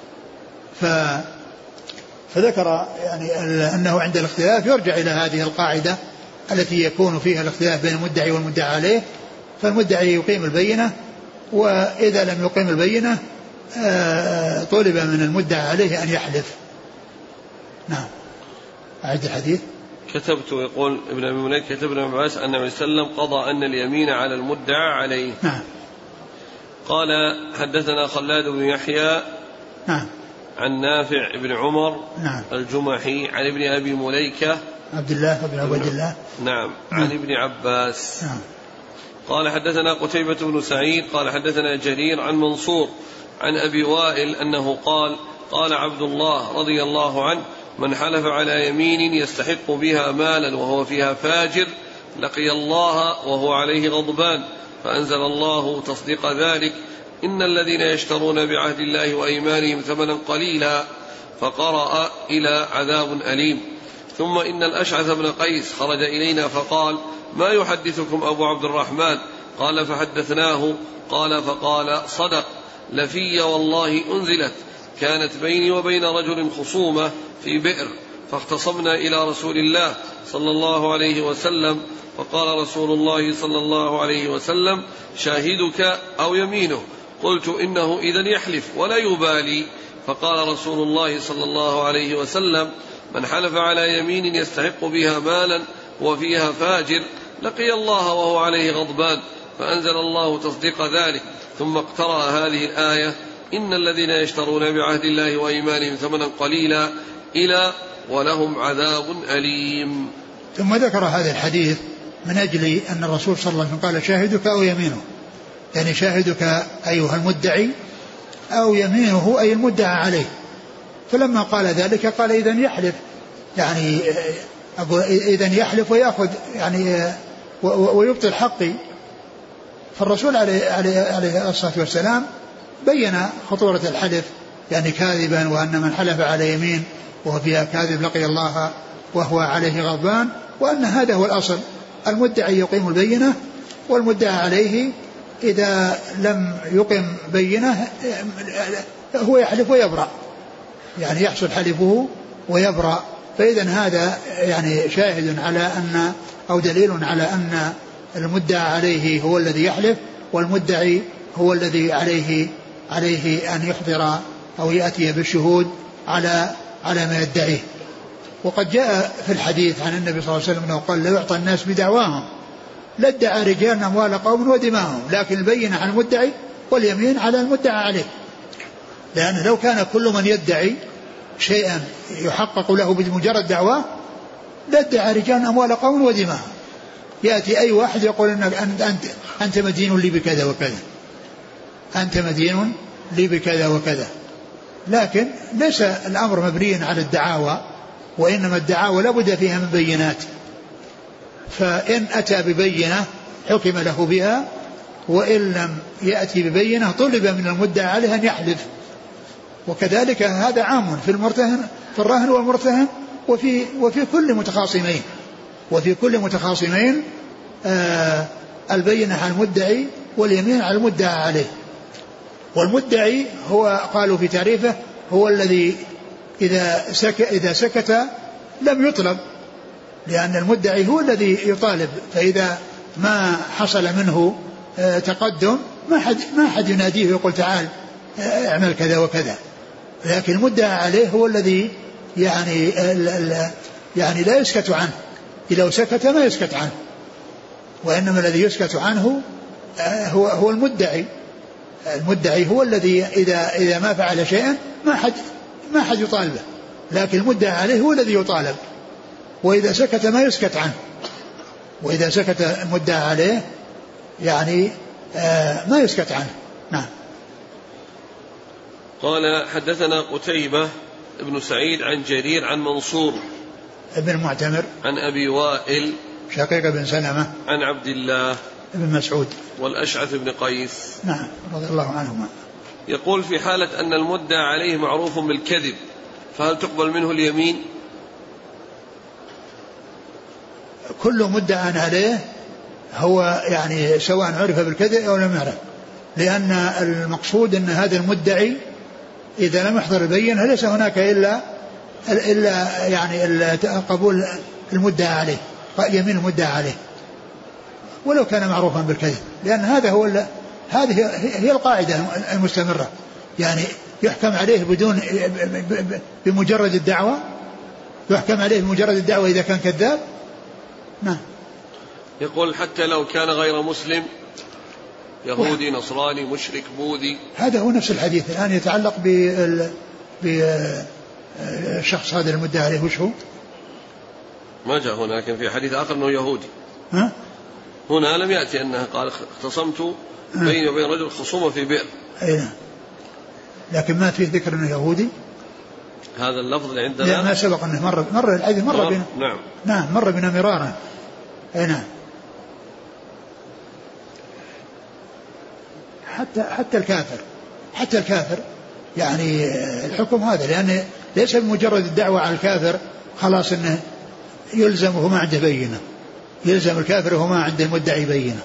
فذكر يعني أنه عند الاختلاف يرجع إلى هذه القاعدة التي يكون فيها الاختلاف بين المدعي والمدعى عليه، فالمدعي يقيم البينة، وإذا لم يقيم البينة طلب من المدعى عليه أن يحلف. نعم. أعد الحديث. كتبت، يقول ابن أبي مليك كتب ابن عباس أن النبي صلى الله عليه وسلم قضى أن اليمين على المدعى عليه. نعم. قال حدثنا خلاد بن يحيى نعم عن نافع بن عمر نعم الجمحي عن ابن أبي مليكة عبد الله بن عبد الله نعم عن ابن عباس نعم. قال حدثنا قتيبة بن سعيد قال حدثنا جرير عن منصور عن أبي وائل أنه قال قال عبد الله رضي الله عنه من حلف على يمين يستحق بها مالا وهو فيها فاجر لقي الله وهو عليه غضبان، فأنزل الله تصديق ذلك إن الذين يشترون بعهد الله وأيمانهم ثمنا قليلا، فقرأ إلى عذاب أليم. ثم إن الأشعث بن قيس خرج إلينا فقال ما يحدثكم أبو عبد الرحمن؟ قال فحدثناه قال فقال صدق لفي والله أنزلت كانت بيني وبين رجل خصومة في بئر فاختصمنا إلى رسول الله صلى الله عليه وسلم، فقال رسول الله صلى الله عليه وسلم شاهدك أو يمينه؟ قلت إنه إذن يحلف ولا يبالي. فقال رسول الله صلى الله عليه وسلم من حلف على يمين يستحق بها مالا وفيها فاجر لقي الله وهو عليه غضبان، فأنزل الله تصديق ذلك. ثم اقترأ هذه الآية إن الذين يشترون بعهد الله وإيمانهم ثمنا قليلا إلى ولهم عذاب أليم. ثم ذكر هذا الحديث من أجل أن الرسول صلى الله عليه وسلم قال شاهدك أو يمينه، يعني شاهدك أيها المدعي أو يمينه أي المدعى عليه. فلما قال ذلك قال إذن يحلف، يعني إذن يحلف ويأخذ يعني ويبطل حقي. فالرسول عليه الصلاة والسلام بين خطورة الحلف، يعني كاذبا، وأن من حلف على يمين وهو فيها كاذب لقي الله وهو عليه غضبان، وأن هذا هو الأصل، المدعي يقيم البينة والمدعى عليه إذا لم يقم بينة هو يحلف ويبرأ، يعني يحصل حلفه ويبرأ. فإذا هذا يعني شاهد على أن أو دليل على أن المدعى عليه هو الذي يحلف، والمدعي هو الذي عليه أن يحضر أو يأتي بالشهود على ما يدعيه. وقد جاء في الحديث عن النبي صلى الله عليه وسلم أنه قال لا يعطى الناس بدعواهم لادعى رجال أموال قوم ودماءهم، لكن البينة على المدعي واليمين على المدعى عليه. لأن لو كان كل من يدعي شيئا يحقق له بمجرد دعواه لادعى رجال أموال قوم ودماءهم، يأتي أي واحد يقول أنت مدين لي بكذا وكذا، أنت مدين لي بكذا وكذا. لكن ليس الأمر مبنيا على الدعاوى، وإنما الدعاوى لابد فيها من بينات، فإن أتى ببينة حكم له بها، وإن لم يأتي ببينة طلب من المدعى عليه أن يحلف. وكذلك هذا عام في الراهن والمرتهن وفي كل متخاصمين البينة على المدعي واليمين على المدعى عليه. والمدعي هو قالوا في تعريفه هو الذي إذا سكت لم يطلب، لأن المدعي هو الذي يطالب، فإذا ما حصل منه تقدم ما حد يناديه ويقول تعال اعمل كذا وكذا. لكن المدعى عليه هو الذي يعني لا يسكت عنه، إذا سكت ما يسكت عنه، وإنما الذي يسكت عنه هو المدعي. المدعي هو الذي إذا ما فعل شيئا ما حد يطالبه، لكن المدعى عليه هو الذي يطالب، وإذا سكت ما يسكت عنه. وإذا سكت المدعى عليه يعني ما يسكت عنه. نعم. قال حدثنا قتيبة ابن سعيد عن جرير عن منصور ابن المعتمر عن أبي وائل شقيق بن سلمة عن عبد الله ابن مسعود والأشعث بن قيس نعم رضي الله عنهما. يقول في حالة أن المدعى عليه معروف بالكذب فهل تقبل منه اليمين؟ كل مدعى عليه هو يعني سواء عرف بالكذب أو لم يعرف، لأن المقصود أن هذا المدعي إذا لم يحضر البينة ليس هناك إلا يعني قبول المدعى عليه، يمين المدعى عليه ولو كان معروفا بالكذب، لأن هذه هي القاعدة المستمرة، يعني يحكم عليه بمجرد الدعوة، يحكم عليه بمجرد الدعوة إذا كان كذاب. نعم. يقول حتى لو كان غير مسلم، يهودي نصراني مشرك بوذي. هذا هو نفس الحديث الآن يتعلق بالشخص هذا المدعى عليه. وش هو؟ ما جاء هنا، لكن في حديث آخر أنه يهودي. ها؟ هنا لم يأتي أنه قال اختصمت بيني وبين رجل خصومة في بئر. أين؟ لكن ما فيه ذكر أنه يهودي. هذا اللفظ اللي عندنا لا ما سبق أنه مر الحديث مر بنا. نعم. نعم مر بنا مرارا. أي نعم. حتى الكافر يعني الحكم هذا، لأن ليس بمجرد الدعوة على الكافر خلاص أنه يلزم وهو ما عنده بينة، يلزم الكافر وهو ما عنده المدعي بينة.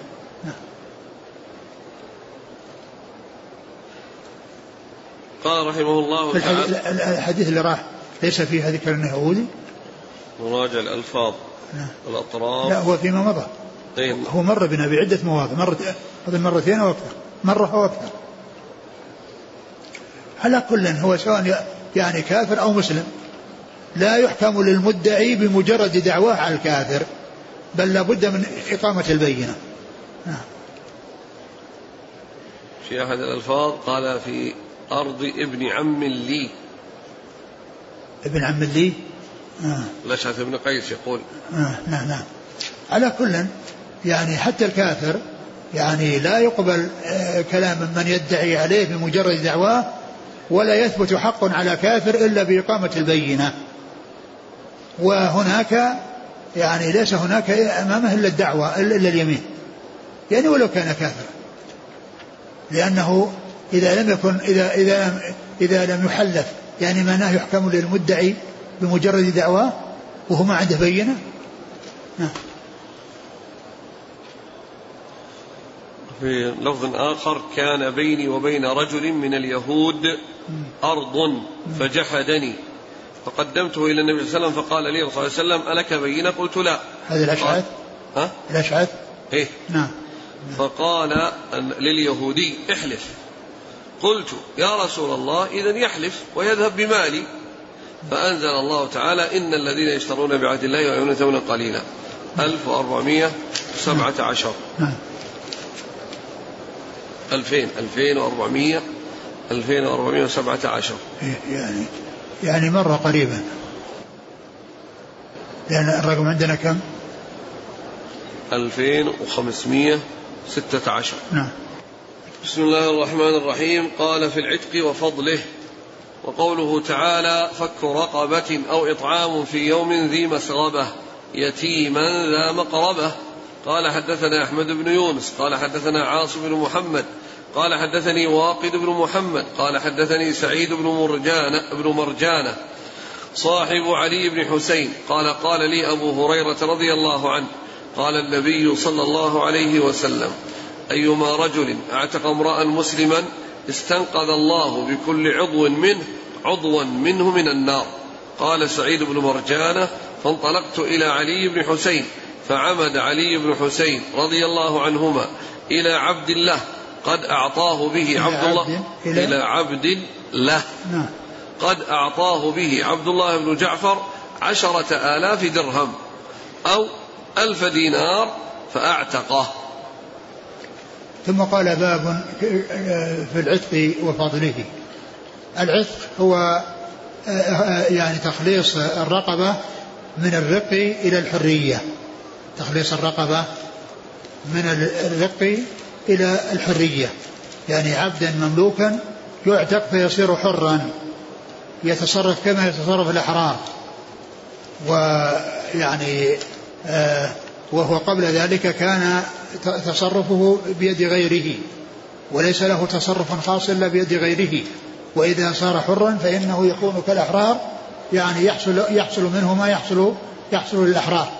قال رحمه الله تعالى الحديث اللي راح ليس فيها ذكر أنه يهودي. مراجع الألفاظ الأطراف. لا هو فيما مضى. هو مر بنا بعدة مواضع، مرتين أو أكثر، مرة أو أكثر. على كل هو سواء يعني كافر أو مسلم لا يحكم للمدعي بمجرد دعواه على الكافر، بل لابد من إقامة البينة. في أحد الألفاظ قال في أرض ابن عم لي. ابن عم لي. الأشعث بن قيس يقول. نعم. على كل يعني حتى الكافر يعني لا يقبل كلام من يدعي عليه بمجرد دعواه، ولا يثبت حق على كافر إلا بإقامة البينة. وهناك يعني ليس هناك أمامه إلا الدعوة إلا اليمين، يعني ولو كان كافر، لأنه إذا لم يحلف يعني معناه يحكم للمدعي بمجرد دعواه وهو ما عنده بينة. في لفظ آخر كان بيني وبين رجل من اليهود أرض فجحدني فقدمته إلى النبي صلى الله عليه وسلم فقال لي صلى الله عليه وسلم ألك بينة؟ قلت لا. هذا الأشعث. الأشعث. إيه؟ نعم. فقال لليهودي احلف. قلت يا رسول الله إذن يحلف ويذهب بمالي. فأنزل الله تعالى إن الذين يشترون بعهد الله ويؤمنون ثمنا قليلا 1417. 2417 يعني مرة قريبا، لأن الرقم عندنا كم؟ 2516. نعم. بسم الله الرحمن الرحيم. قال في العتق وفضله. وقوله تعالى فك رقبة أو إطعام في يوم ذي مسغبة يتيما ذا مقربة. قال حدثنا أحمد بن يونس قال حدثنا عاصم بن محمد قال حدثني واقد بن محمد قال حدثني سعيد بن مرجانة صاحب علي بن حسين قال قال لي أبو هريرة رضي الله عنه قال النبي صلى الله عليه وسلم أيما رجل اعتق امرأ مسلما استنقذ الله بكل عضوا منه من النار. قال سعيد بن مرجانة فانطلقت إلى علي بن حسين فعمد علي بن حسين رضي الله عنهما إلى عبد الله قد أعطاه به عبد الله إلى عبد الله قد أعطاه به عبد الله بن جعفر 10,000 درهم أو 1,000 دينار فأعتقه. ثم قال باب في العتق وفضله. العتق هو يعني تخليص الرقبة من الرق إلى الحرية، تخليص الرقبة من الرق إلى الحرية، يعني عبدا مملوكا يعتق فيصير حرا يتصرف كما يتصرف الأحرار. ويعني وهو قبل ذلك كان تصرفه بيد غيره وليس له تصرف خاص إلا بيد غيره، وإذا صار حرا فإنه يكون كالأحرار، يعني يحصل منه ما يحصل للأحرار.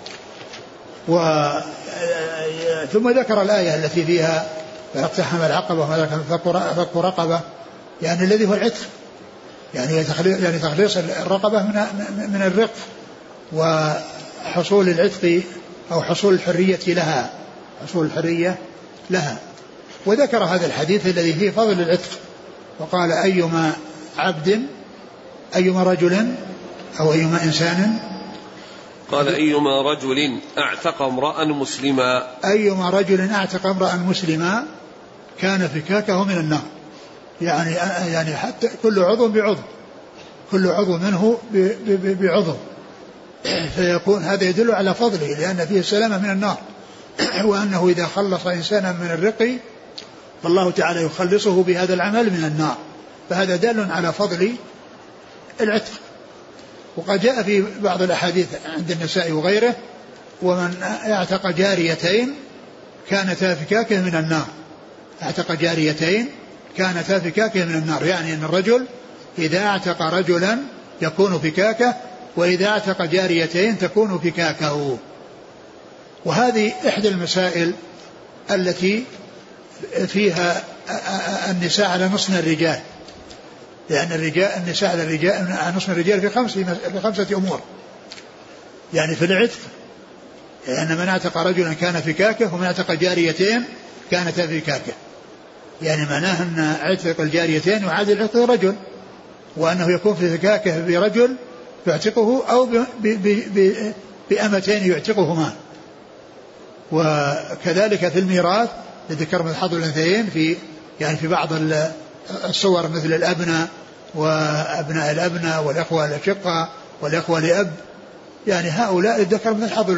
ثم ذكر الآية التي فيها فاقتحم العقبة فك رقبة، يعني الذي هو العتق، يعني تخليص الرقبة من الرق وحصول العتق أو حصول الحرية لها. وذكر هذا الحديث الذي فيه فضل العتق، وقال أيما رجل أو أيما إنسان، قال أيما رجل أعتق امرأ مسلما، أيما رجل أعتق امرأ مسلما كان فكاكه من النار. يعني حتى كل عضو منه بعضو، فيكون هذا يدل على فضله لأن فيه السلامة من النار، وأنه إذا خلص إنسانا من الرق فالله تعالى يخلصه بهذا العمل من النار، فهذا دال على فضل العتق. وقد جاء في بعض الأحاديث عند النساء وغيره ومن اعتق جاريتين كانتا فكاكه من النار، اعتق جاريتين كانتا فكاكه من النار، يعني أن الرجل إذا اعتق رجلا يكون فكاكه، وإذا اعتق جاريتين تكون فكاكه. وهذه إحدى المسائل التي فيها النساء على نصف الرجال، لأن النساء على نصف الرجال في 5 أمور. يعني في العتق، لأن من اعتق رجلا كان فكاكه، ومن اعتق جاريتين كانتا فكاكه، يعني معناه أن عتق الجاريتين يعادل عتق رجل، وأنه يكون في فكاكه برجل يعتقه أو بأمتين يعتقهما. وكذلك في الميراث ذكر من حظ الأنثيين في بعض الصور مثل الأبناء وأبناء الأبناء والأخوة الأشقة والأخوة لأب، يعني هؤلاء للذكر مثل حظ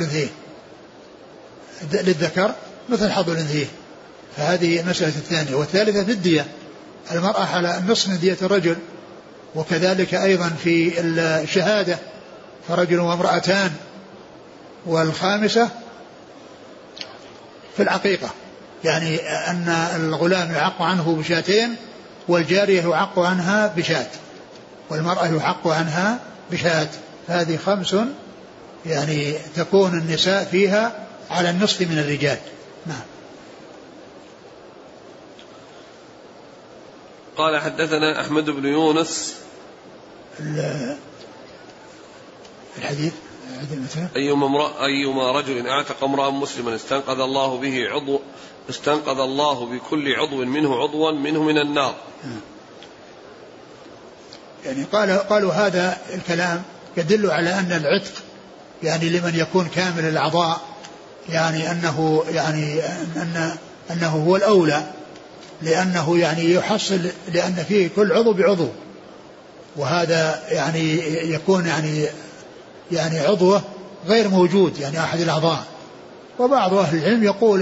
الأنثيين، فهذه مسألة الثانية. والثالثة في الدية، المرأة على النصف من دية الرجل، وكذلك أيضا في الشهادة فرجل وامرأتان. والخامسة في العقيقة، يعني أن الغلام يعق عنه بشاتين، والجارية يعق عنها بشات، والمرأة يعق عنها بشات. هذه 5 يعني تكون النساء فيها على النصف من الرجال. نعم. قال حدثنا أحمد بن يونس. الحديث أيما رجل اعتق امرأ مسلما استنقذ الله بكل عضو منه عضوا منه من النار. يعني قالوا هذا الكلام يدل على أن العتق يعني لمن يكون كامل الأعضاء، يعني أنه هو الأولى، لأنه يعني يحصل، لأن فيه كل عضو بعضو، وهذا يعني يكون يعني عضوه غير موجود، يعني أحد الأعضاء. وبعض أهل العلم يقول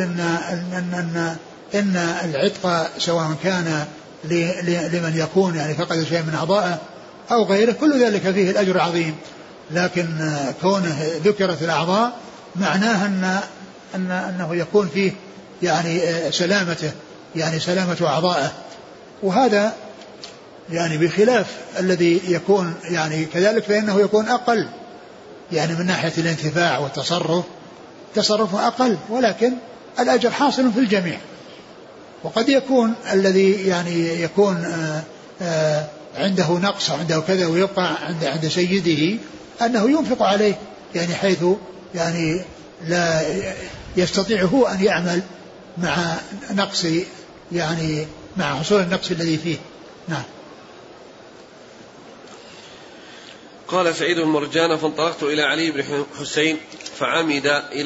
إن العتق سواء كان لمن يكون يعني فقد شيء من أعضائه أو غيره كل ذلك فيه الأجر عظيم، لكن كونه ذكرت الأعضاء معناه أنه يكون فيه يعني سلامته، يعني سلامة أعضائه. وهذا يعني بخلاف الذي يكون يعني كذلك، فإنه يكون أقل يعني من ناحية الانتفاع والتصرف، تصرفه أقل، ولكن الأجر حاصل في الجميع. وقد يكون الذي يعني يكون عنده نقص عنده كذا ويبقى عند سيده أنه ينفق عليه، يعني حيث يعني لا يستطيع هو أن يعمل مع نقص، يعني مع حصول النقص الذي فيه. نعم. قال سعيد بن مرجان فانطلقت إلى علي بن حسين فعمد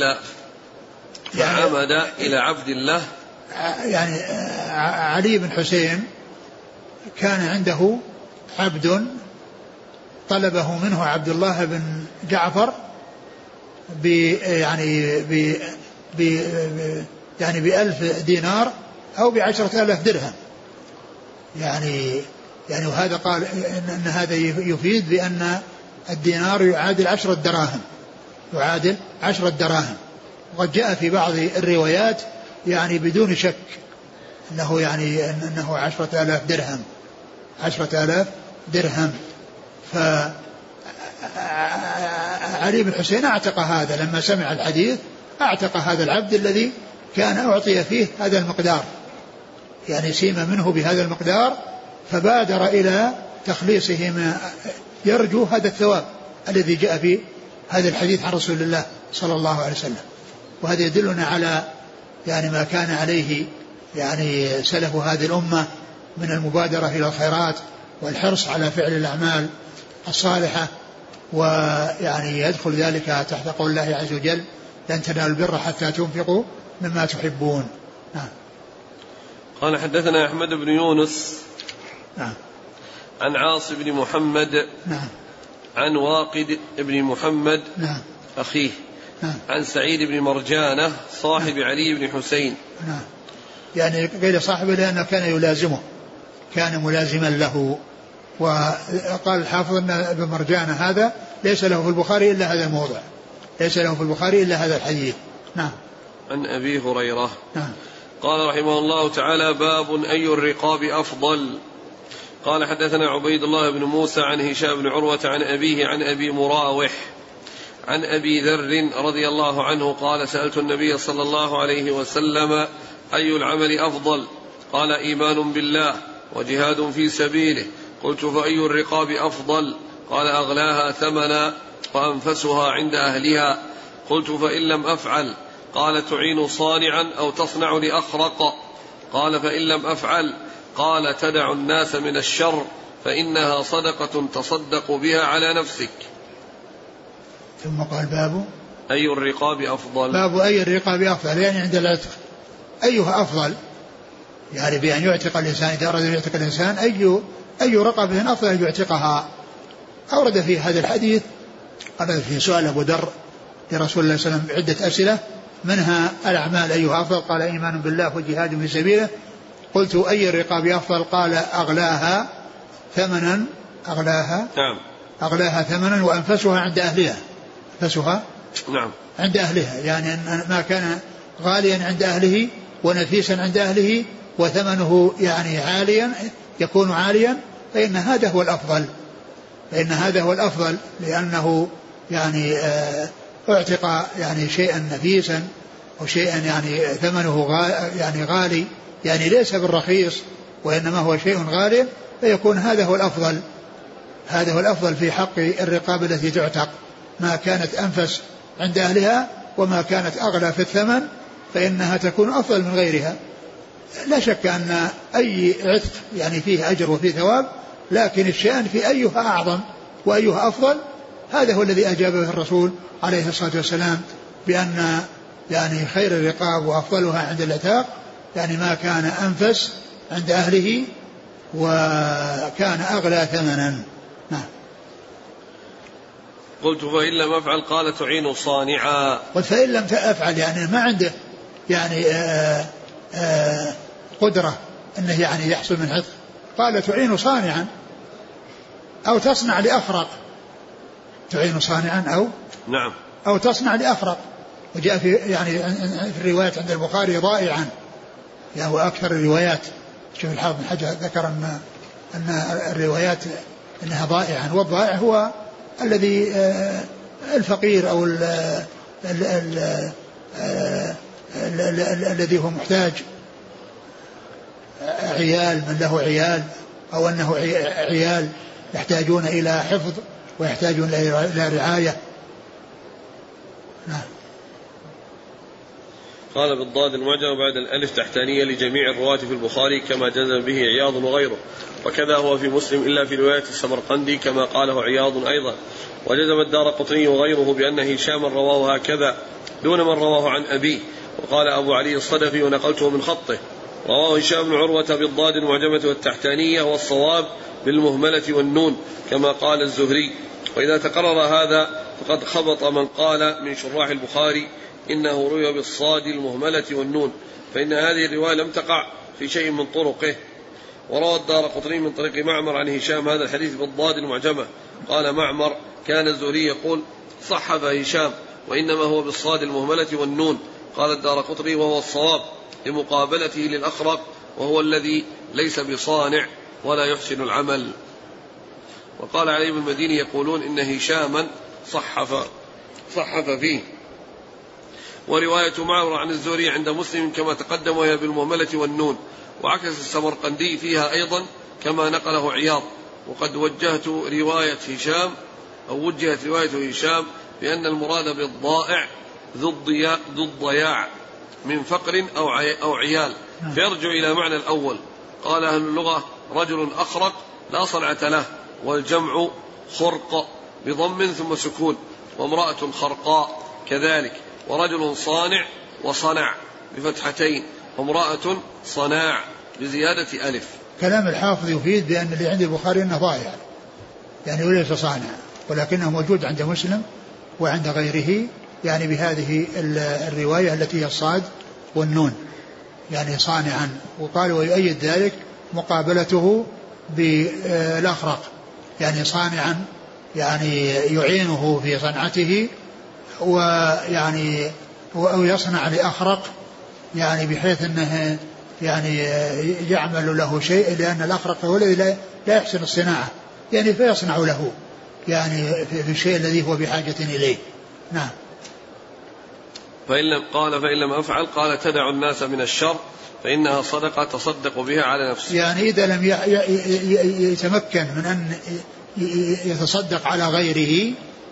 إلى عبد الله. يعني علي بن حسين كان عنده عبد طلبه منه عبد الله بن جعفر يعني ب1000 دينار أو ب10,000 درهم، يعني وهذا قال إن هذا يفيد بأن الدينار يعادل 10 دراهم، يعادل 10 دراهم. وقد جاء في بعض الروايات يعني بدون شك أنه يعني أنه 10,000 درهم، 10,000 درهم. فعلي بن حسين أعتق هذا لما سمع الحديث، أعتق هذا العبد الذي كان أعطي فيه هذا المقدار، يعني سيم منه بهذا المقدار، فبادر إلى تخليصه ما يرجو هذا الثواب الذي جاء في هذا الحديث عن رسول الله صلى الله عليه وسلم. وهذا يدلنا على يعني ما كان عليه يعني سلف هذه الأمة من المبادرة إلى الخيرات والحرص على فعل الأعمال الصالحة. ويعني يدخل ذلك تحت قول الله عز وجل: لن تنالوا البر حتى تنفقوا مما تحبون. نعم. قال حدثنا أحمد بن يونس نعم. عن عاص بن محمد نعم. عن واقد بن محمد نعم. أخيه نعم. عن سعيد بن مرجانة صاحب علي بن حسين. نعم. يعني قيل صاحبه لأنه كان يلازمه، كان ملازما له. وقال الحافظ أن ابن مرجانة هذا ليس له في البخاري إلا هذا الموضع، ليس له في البخاري إلا هذا الحديث. نعم. عن أبي هريرة. نعم. قال رحمه الله تعالى: باب أي الرقاب أفضل. قال حدثنا عبيد الله بن موسى عن هشام بن عروة عن أبيه عن أبي مراوح عن أبي ذر رضي الله عنه قال: سألت النبي صلى الله عليه وسلم: أي العمل أفضل؟ قال: إيمان بالله وجهاد في سبيله. قلت: فأي الرقاب أفضل؟ قال: أغلاها ثمنا وأنفسها عند أهلها. قلت: فإن لم أفعل؟ قال: تعين صانعا أو تصنع لأخرق. قال: فإن لم أفعل؟ قال: تدع الناس من الشر فإنها صدقة تصدق بها على نفسك. ثم قال: باب أي الرقاب أفضل. باب أي الرقاب أفضل، يعني عند العتق أيها أفضل، يعني بأن يعتق الإنسان، إذا أراد أن يعتق الإنسان أي رقبة أفضل أن يعتقها. أورد في هذا الحديث، قال في سؤال أبو ذر لرسول الله صلى الله عليه وسلم عدة أسئلة، منها الأعمال أيها أفضل؟ قال: إيمان بالله وجهاد في سبيله. قلت: أي الرقاب أفضل؟ قال: أغلاها ثمنا، أغلاها نعم، أغلاها ثمنا وأنفسها عند أهلها، أنفسها نعم عند أهلها، يعني أن ما كان غاليا عند أهله ونفيسا عند أهله وثمنه يعني عاليا، يكون عاليا، فإن هذا هو الأفضل، فإن هذا هو الأفضل، لأنه يعني اعتق يعني شيئا نفيسا وشيئا يعني ثمنه يعني غالي، يعني ليس بالرخيص وإنما هو شيء غالي، فيكون هذا هو الأفضل، هذا هو الأفضل في حق الرقاب التي تعتق، ما كانت أنفس عند أهلها وما كانت أغلى في الثمن فإنها تكون أفضل من غيرها. لا شك أن أي عتق يعني فيه أجر وفيه ثواب، لكن الشأن في أيها أعظم وأيها أفضل. هذا هو الذي أجاب به الرسول عليه الصلاة والسلام بأن يعني خير الرقاب وأفضلها عند العتاق يعني ما كان أنفس عند أهله وكان أغلى ثمنا. نعم. قلت: فإن لم أفعل؟ قال: تعين صانعا. قلت: فإن لم أفعل يعني ما عنده يعني قدرة أنه يعني يحصل من عتق. قال: تعين صانعا أو تصنع لأخرق، تعين صانعا نعم أو تصنع لأخرق. وجاء في يعني في الروايات عند البخاري ضائعا، يعني هو أكثر الروايات. شوف الحافظ بن حجر ذكر أن الروايات أنها ضائعا، والضائع هو الذي الفقير أو الذي هو محتاج، عيال من له عيال أو أنه عيال يحتاجون إلى حفظ ويحتاجون إلى رعاية. نعم. قال بالضاد المعجم بعد الألف تحتانية لجميع الرواة في البخاري كما جزم به عياض وغيره، وكذا هو في مسلم إلا في رواية السمرقندي كما قاله عياض أيضا. وجزم الدارقطني وغيره بأن هشاما رواه هكذا دون من رواه عن أبيه. وقال أبو علي الصدفي ونقلته من خطه: رواه هشام بن عروة بالضاد المعجمة والتحتانية، والصواب بالمهملة والنون كما قال الزهري. وإذا تقرر هذا فقد خبط من قال من شراح البخاري إنه روي بالصاد المهملة والنون، فإن هذه الرواية لم تقع في شيء من طرقه. وروى الدارقطني من طريق معمر عن هشام هذا الحديث بالضاد المعجمة. قال معمر كان الزهري يقول صحف هشام وإنما هو بالصاد المهملة والنون. قال الدارقطني وهو الصواب لمقابلته للأخرق وهو الذي ليس بصانع ولا يحسن العمل. وقال علي بن المديني يقولون إن هشاما صحف فيه. ورواية معمر عن الزهري عند مسلم كما تقدم وهي بالمهملة والنون. وعكس السمرقندي فيها أيضا كما نقله عياض. وقد وجهت رواية هشام بأن المراد بالضائع ذو الضياع من فقر أو عيال، فيرجع إلى معنى الأول. قال أهل اللغة رجل أخرق لا صنعة له، والجمع خرق بضم ثم سكون، وامرأة خرقاء كذلك، ورجل صانع وصنع بفتحتين، وامرأة صناع بزيادة ألف. كلام الحافظ يفيد بأن اللي عند البخاري أنه ضائع يعني وليس صانع، ولكنه موجود عند مسلم وعند غيره يعني بهذه الرواية التي هي الصاد والنون يعني صانعا. وقال ويؤيد ذلك مقابلته بالأخرق يعني صانعا يعني يعينه في صنعته ويعني أو يصنع لأخرق يعني بحيث أنه يعني يعمل له شيء، لأن الأخرق هو الذي لا يحسن الصناعة يعني فيصنع له يعني في الشيء الذي هو بحاجة إليه. نعم. فإن لم أفعل قال تدع الناس من الشر فإنها صدقة تصدق بها على نفسه. يعني إذا لم يتمكن من أن يتصدق على غيره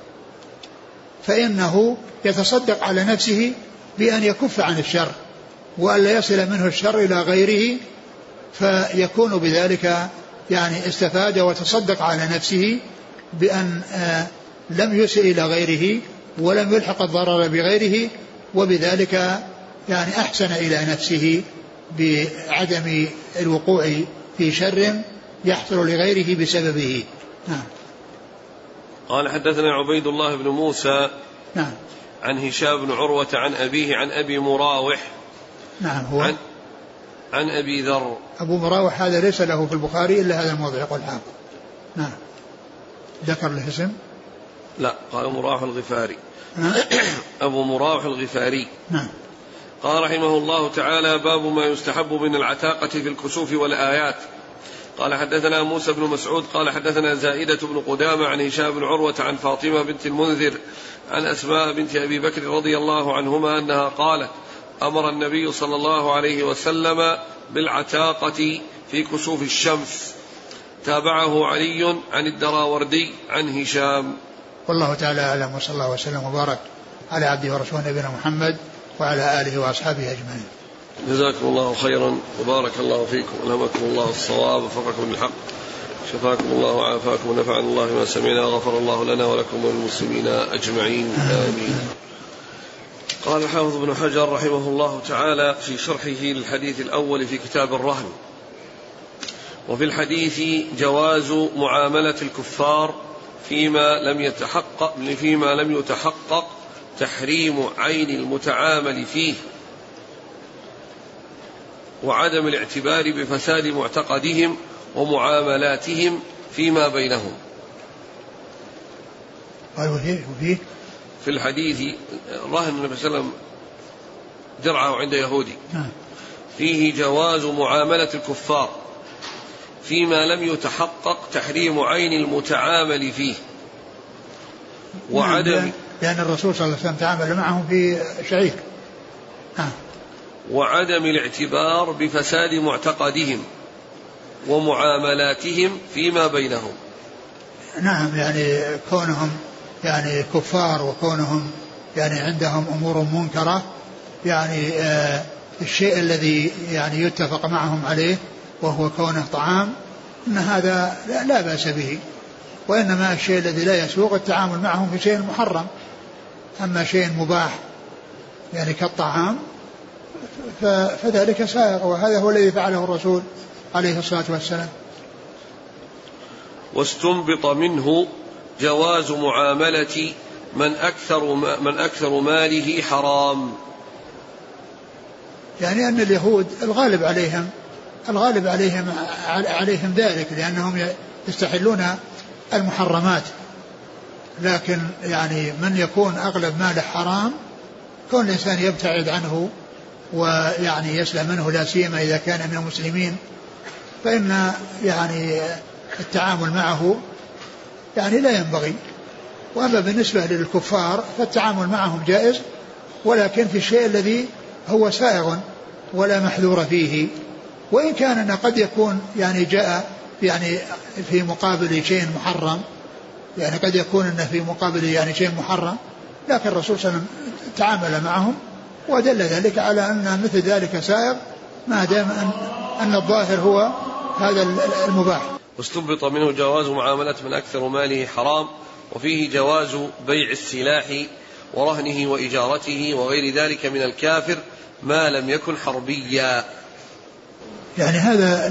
فإنه يتصدق على نفسه بأن يكف عن الشر وأن لا يصل منه الشر إلى غيره، فيكون بذلك يعني استفاد وتصدق على نفسه بأن لم يسئ إلى غيره ولم يلحق الضرر بغيره، وبذلك يعني أحسن إلى نفسه بعدم الوقوع في شر يحصل لغيره بسببه. نعم. قال حدثنا عبيد الله بن موسى نعم عن هشام بن عروة عن أبيه عن أبي مراوح نعم هو عن أبي ذر. أبو مراوح هذا ليس له في البخاري إلا هذا الموضع يقول الحافظ. نعم. ذكر له اسم؟ لا قال مراوح الغفاري. أبو مراوح الغفاري. نعم. قال رحمه الله تعالى باب ما يستحب من العتاقة في الكسوف والآيات. قال حدثنا موسى بن مسعود قال حدثنا زائدة بن قدامة عن هشام بن عروة عن فاطمة بنت المنذر عن أسماء بنت أبي بكر رضي الله عنهما أنها قالت أمر النبي صلى الله عليه وسلم بالعتاقة في كسوف الشمس. تابعه علي عن الدراوردي عن هشام. والله تعالى أعلم، وصلى الله وسلم وبارك على عبده ورسوله نبينا محمد وعلى آله وأصحابه أجمعين. جزاكم الله خيرا وبارك الله فيكم، ألهمكم الله الصواب وفقكم للحق، شفاكم الله وعافاكم ونفعنا الله ما سمعنا، غفر الله لنا ولكم وللمسلمين أجمعين آمين. قال الحافظ ابن حجر رحمه الله تعالى في شرحه للحديث الأول في كتاب الرهن: وفي الحديث جواز معاملة الكفار فيما لم يتحقق تحريم عين المتعامل فيه، وعدم الاعتبار بفساد معتقدهم ومعاملاتهم فيما بينهم. في الحديث رهن النبي صلى الله عليه وسلم درعه عند يهودي فيه جواز معاملة الكفار فيما لم يتحقق تحريم عين المتعامل فيه، وعدم لأن الرسول صلى الله عليه وسلم تعامل معهم في شعير، وعدم الاعتبار بفساد معتقدهم ومعاملاتهم فيما بينهم. نعم، يعني كونهم يعني كفار وكونهم يعني عندهم أمور منكرة، يعني الشيء الذي يعني يتفق معهم عليه وهو كونه طعام، إن هذا لا بأس به، وإنما الشيء الذي لا يسوق التعامل معهم في شيء محرم. أما شيء مباح يعني كالطعام فذلك سائغ، وهذا هو الذي فعله الرسول عليه الصلاة والسلام. واستنبط منه جواز معاملة من أكثر ماله حرام، يعني أن اليهود الغالب عليهم الغالب عليهم ذلك، لأنهم يستحلون المحرمات. لكن يعني من يكون أغلب ماله حرام كون الإنسان يبتعد عنه ويعني يسلم منه، لا سيما إذا كان من المسلمين، فإن يعني التعامل معه يعني لا ينبغي. وأما بالنسبة للكفار فالتعامل معهم جائز، ولكن في الشيء الذي هو سائغ ولا محذور فيه. وإن كان أنه قد يكون يعني جاء يعني في مقابل شيء محرم، يعني قد يكون أنه في مقابل يعني شيء محرم، لكن الرسول صلى الله عليه وسلم تعامل معهم ودل ذلك على أن مثل ذلك سائغ ما دام أن الظاهر هو هذا المباح. واستنبط منه جواز معاملة من أكثر ماله حرام، وفيه جواز بيع السلاح ورهنه وإجارته وغير ذلك من الكافر ما لم يكن حربيا. يعني هذا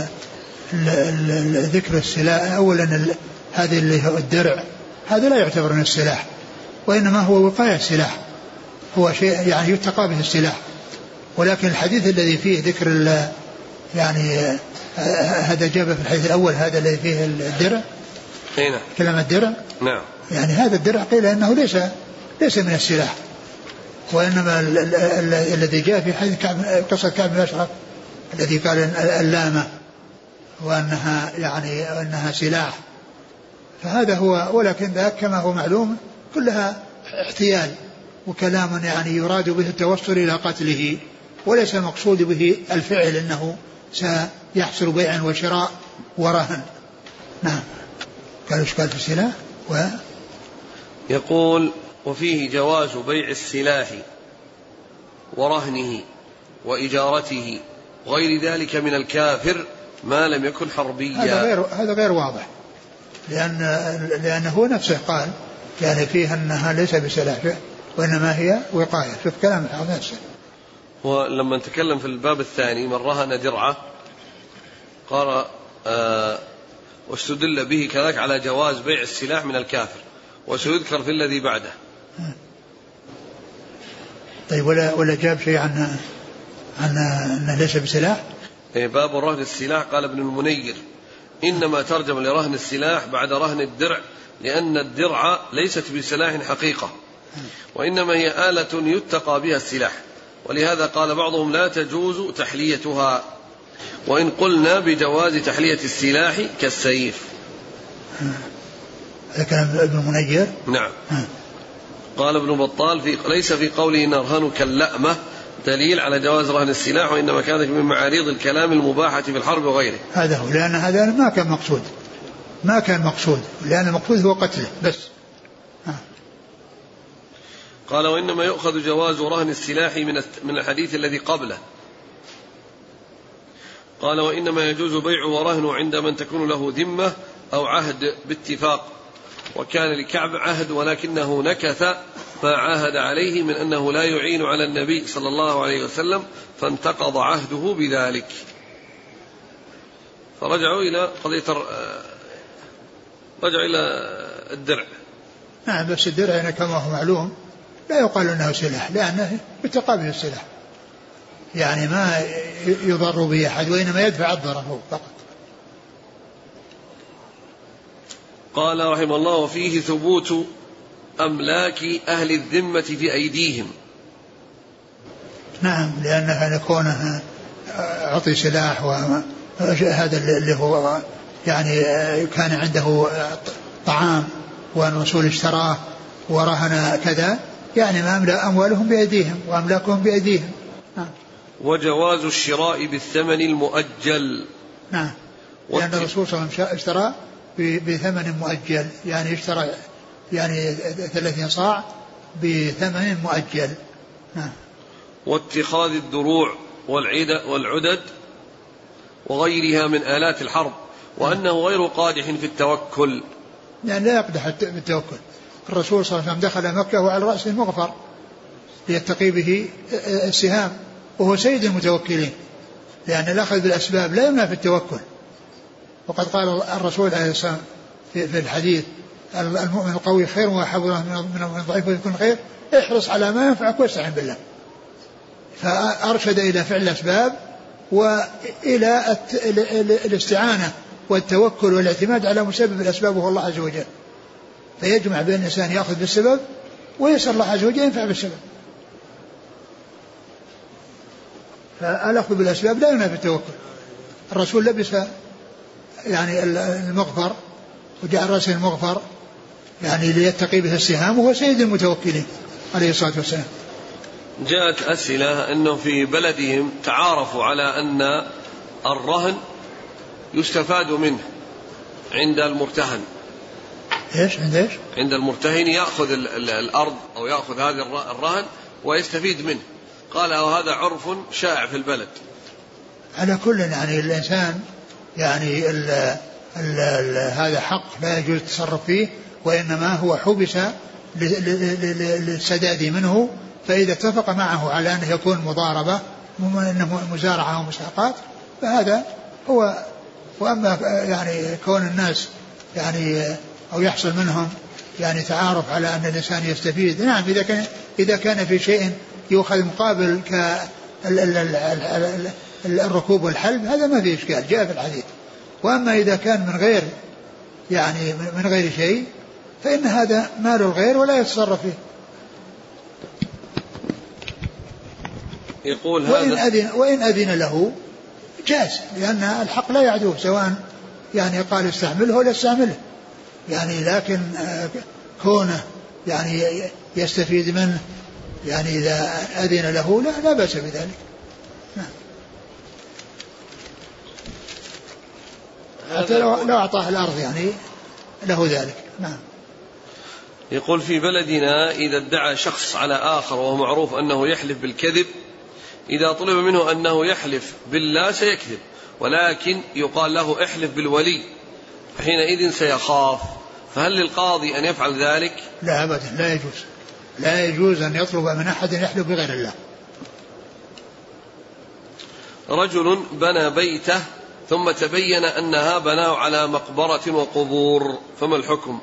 ذكر السلاح أولا، هذا اللي هو الدرع، هذا لا يعتبر من السلاح، وإنما هو وقاية السلاح، هو شيء يعني يتقى به السلاح. ولكن الحديث الذي فيه ذكر يعني هذا جاء في الحديث الأول، هذا الذي فيه الدرع، كلام الدرع، نعم، يعني هذا الدرع قيل أنه ليس من السلاح، وإنما الذي جاء في حديث قصة كعب بن الأشرف الذي قال اللامة وأنها يعني أنها سلاح، فهذا هو. ولكن ذاك كما هو معلوم كلها احتيال وكلام يعني يراد به التوصل إلى قتله، وليس المقصود به الفعل أنه سيحصل بيع وشراء ورهن. نعم. قالوا إشكال في السلاح. يقول وفيه جواز بيع السلاح ورهنه وإجارته غير ذلك من الكافر ما لم يكن حربيا. هذا غير واضح، لأنه نفسه قال يعني فيه أنها ليس بسلاح وإنما هي وقاية. شوف كلام الحافظ نفسه. ولما نتكلم في الباب الثاني من رهن درعه قال واستدل به كذلك على جواز بيع السلاح من الكافر، وسيذكر في الذي بعده. طيب ولا جاب شيء عن أنه ليس بسلاح؟ باب رهن السلاح قال ابن المنير إنما ترجم لرهن السلاح بعد رهن الدرع، لأن الدرع ليست بسلاح حقيقة، وإنما هي آلة يتقى بها السلاح، ولهذا قال بعضهم لا تجوز تحليتها، وإن قلنا بجواز تحلية السلاح كالسيف. هذا كلام ابن المنير. نعم. قال ابن بطال ليس في قوله نرهن كاللأمة دليل على جواز رهن السلاح، وإنما كانت من معارض الكلام المباحة في الحرب وغيره. هذا هو، لأن هذا ما كان مقصود، لأن المقصود هو قتله بس. قال وإنما يؤخذ جواز رهن السلاح من الحديث الذي قبله. قال وإنما يجوز بيع ورهن عند من تكون له ذمة أو عهد باتفاق، وكان لكعب عهد ولكنه نكث ما عاهد عليه من أنه لا يعين على النبي صلى الله عليه وسلم، فانتقض عهده بذلك. فرجعوا إلى رجعوا إلى الدرع. نعم، بس الدرع كما هو معلوم لا يقال أنه سلاح، لأنه يتقابل السلاح، يعني ما يضر به أحد، وإنما يدفع الضرر فقط. قال رحمه الله وفيه ثبوت أملاك أهل الذمة في أيديهم. نعم، لأنها كونه أعطي سلاح، وهذا اللي هو يعني كان عنده طعام والرسول اشتراه ورهن كذا، يعني ما أملا أموالهم بأيديهم وأملاكهم بأيديهم. نعم. وجواز الشراء بالثمن المؤجل. نعم، لأن الرسول صلى الله عليه وسلم اشترى بثمن مؤجل، يعني اشترى يعني 30 صاع بثمن مؤجل. نعم. واتخاذ الدروع والعدد وغيرها من آلات الحرب، وأنه غير قادح في التوكل، يعني لا يقدح بالتوكل. الرسول صلى الله عليه وسلم دخل مكة وعلى رأسه مغفر ليتقي به السهام، وهو سيد المتوكلين، لأن الأخذ بالأسباب لا يمنع في التوكل. وقد قال الرسول عليه الصلاة والسلام في الحديث المؤمن القوي خير وأحب من الضعيف ويكون خير، احرص على ما ينفعك واستعن بالله. فأرشد إلى فعل الأسباب وإلى الاستعانة والتوكل والاعتماد على مسبب الأسباب وهو الله عز وجل. فيجمع بين الإنسان يأخذ بالسبب ويسأل الله عز وجل ينفع بالسبب. فالأخذ بالأسباب لا ينافي التوكل. الرسول لبس يعني المغفر وجعل رأسه المغفر يعني ليتقي به السهام وهو سيد المتوكلين عليه الصلاة والسلام. جاءت أسئلة أنه في بلدهم تعارفوا على أن الرهن يستفاد منه عند المرتهن. إيش عند إيش؟ عند المرتهن يأخذ الأرض أو يأخذ هذا الرهن ويستفيد منه. قال وهذا عرف شائع في البلد. على كل يعني الإنسان يعني هذا حق لا يجوز التصرف فيه، وإنما هو حبس للسداد منه، فإذا اتفق معه على أنه يكون مضاربة مزارعة ومساقات فهذا هو. وأما يعني كون الناس يعني أو يحصل منهم يعني تعارف على أن الإنسان يستفيد، نعم إذا كان في شيء يؤخذ مقابل كالركوب والحلب هذا ما فيه إشكال جاء في الحديث. وأما إذا كان من غير يعني من غير شيء فإن هذا مال الغير ولا يتصرف فيه. يقول هذا وإن أذن له جاز، لأن الحق لا يعدوه سواء يعني قال استعمله ولا استعمله يعني، لكن كونه يعني يستفيد منه يعني إذا أذن له لا بأس بذلك. حتى لو أعطاه الأرض يعني له ذلك. نعم. يقول في بلدنا إذا ادعى شخص على آخر وهو معروف أنه يحلف بالكذب، إذا طلب منه أنه يحلف بالله سيكذب، ولكن يقال له احلف بالولي فحينئذ سيخاف، فهل للقاضي أن يفعل ذلك؟ لا أبدا، لا يجوز أن يطلب من أحد يحلف بغير الله. رجل بنى بيته ثم تبين أنها بناه على مقبرة وقبور، فما الحكم؟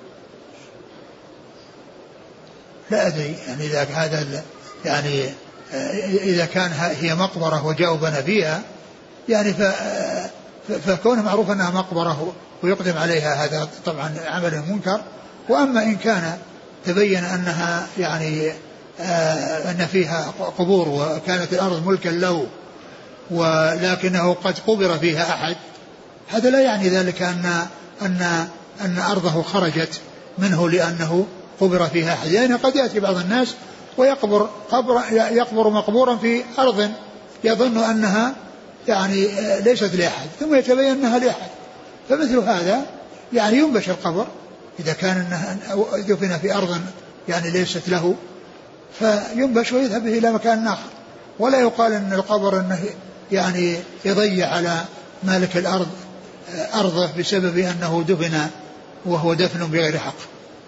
لا أدري يعني إذا هذا يعني إذا كان هي مقبرة وجاء بنى فيها يعني فكونه معروف أنها مقبرة ويقدم عليها هذا طبعا عمل منكر. وأما إن كان تبين أنها يعني أن فيها قبور وكانت الأرض ملكا له ولكنه قد قبر فيها أحد، هذا لا يعني ذلك أن أرضه خرجت منه لأنه قبر فيها أحد، يعني قد يأتي بعض الناس يقبر مقبورا في أرض يظن أنها يعني ليست لأحد ثم يتبين أنها لأحد، فمثل هذا يعني ينبش القبر إذا كان أنها دفن في أرض يعني ليست له فينبش ويذهب به إلى مكان آخر، ولا يقال أن القبر أنه يعني يضيع على مالك الأرض أرضه بسبب أنه دفن وهو دفن بغير حق.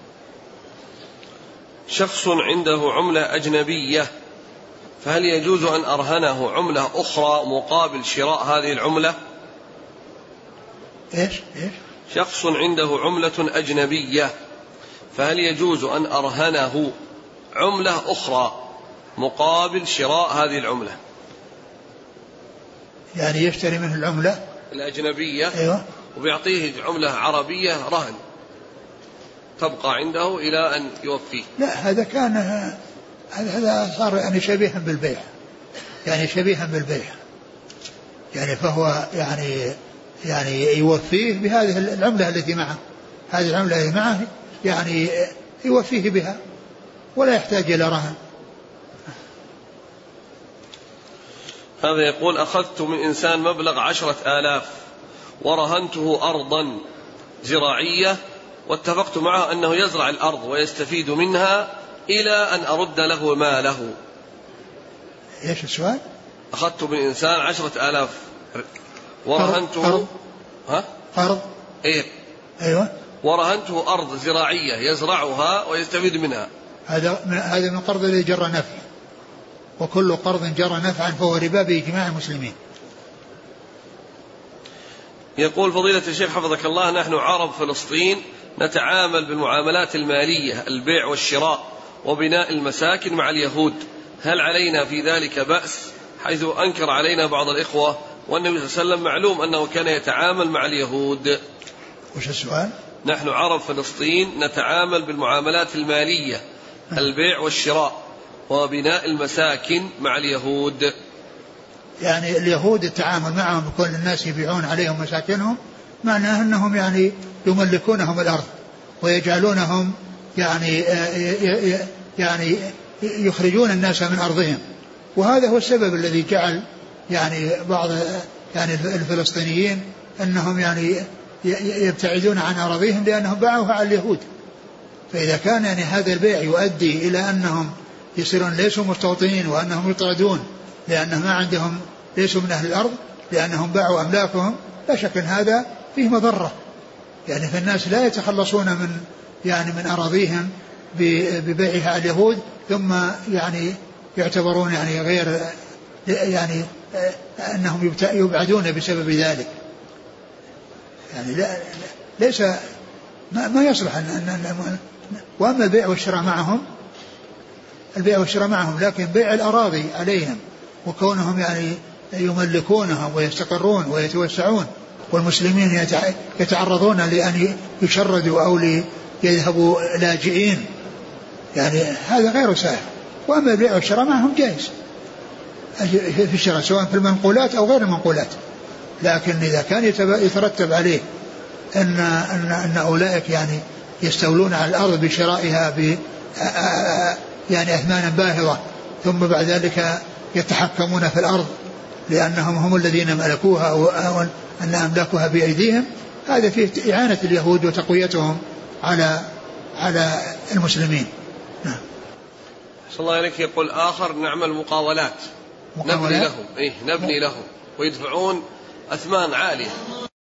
شخص عنده عملة أجنبية فهل يجوز أن أرهنه عملة أخرى مقابل شراء هذه العملة؟ إيش؟ شخص عنده عملة أجنبية فهل يجوز أن أرهنه عملة أخرى مقابل شراء هذه العملة؟ يعني يشتري منه العملة الأجنبية أيوة. وبيعطيه عملة عربية رهن تبقى عنده إلى أن يوفيه. لا هذا صار يعني شبيها بالبيع يعني فهو يعني يوفيه بهذه العملة التي معه، هذه العملة التي معه يعني يوفيه بها ولا يحتاج إلى رهن. هذا يقول أخذت من إنسان مبلغ 10,000 ورهنته أرضا زراعية واتفقت معه أنه يزرع الأرض ويستفيد منها إلى أن أرد له ماله. إيش السؤال؟ أخذت من إنسان 10,000 ورهنته قرض إيه؟ أيوة. ورهنته أرض زراعية يزرعها ويستفيد منها. هذا من قرض الذي جر نفع، وكل قرض جر نفعا فهو ربا بإجماع المسلمين. يقول فضيلة الشيخ حفظك الله نحن عرب فلسطين نتعامل بالمعاملات المالية البيع والشراء وبناء المساكن مع اليهود، هل علينا في ذلك بأس حيث أنكر علينا بعض الإخوة والنبي صلى الله عليه وسلم معلوم أنه كان يتعامل مع اليهود. وش السؤال؟ نحن عرب فلسطين نتعامل بالمعاملات المالية، البيع والشراء وبناء المساكن مع اليهود. يعني اليهود التعامل معهم بكل الناس يبيعون عليهم مساكنهم، معناه أنهم يعني يملكونهم الأرض ويجعلونهم يعني يخرجون الناس من أرضهم. وهذا هو السبب الذي جعل يعني بعض يعني الفلسطينيين أنهم يعني يبتعدون عن أراضيهم لأنهم باعوها على اليهود. فإذا كان يعني هذا البيع يؤدي إلى أنهم يصيرون ليسوا مستوطنين وأنهم يطردون لأنهم ما عندهم، ليسوا من أهل الأرض لأنهم باعوا أملاكهم، لا شك أن هذا فيه مضرة. يعني فالناس لا يتخلصون من أراضيهم ببيعها على اليهود ثم يعني يعتبرون يعني غير يعني أنهم يبعدون بسبب ذلك. يعني ليس ما يصلح وأما البيع والشراء معهم، لكن بيع الأراضي عليهم وكونهم يعني يملكونهم ويستقرون ويتوسعون والمسلمين يتعرضون لأن يشردوا أو ليذهبوا لاجئين، يعني هذا غير سهل. وأما البيع والشراء معهم جائز في الشراء سواء في المنقولات أو غير المنقولات، لكن إذا كان يترتب عليه أن أولئك يعني يستولون على الأرض بشرائها يعني أثمانا باهظة ثم بعد ذلك يتحكمون في الأرض لأنهم هم الذين ملكوها أو أن أملاكها بأيديهم، هذا فيه إعانة اليهود وتقويتهم على المسلمين. نعم. صلى الله عليك. يقول آخر نعمل مقاولات؟ نبني لهم ويدفعون أثمان عالية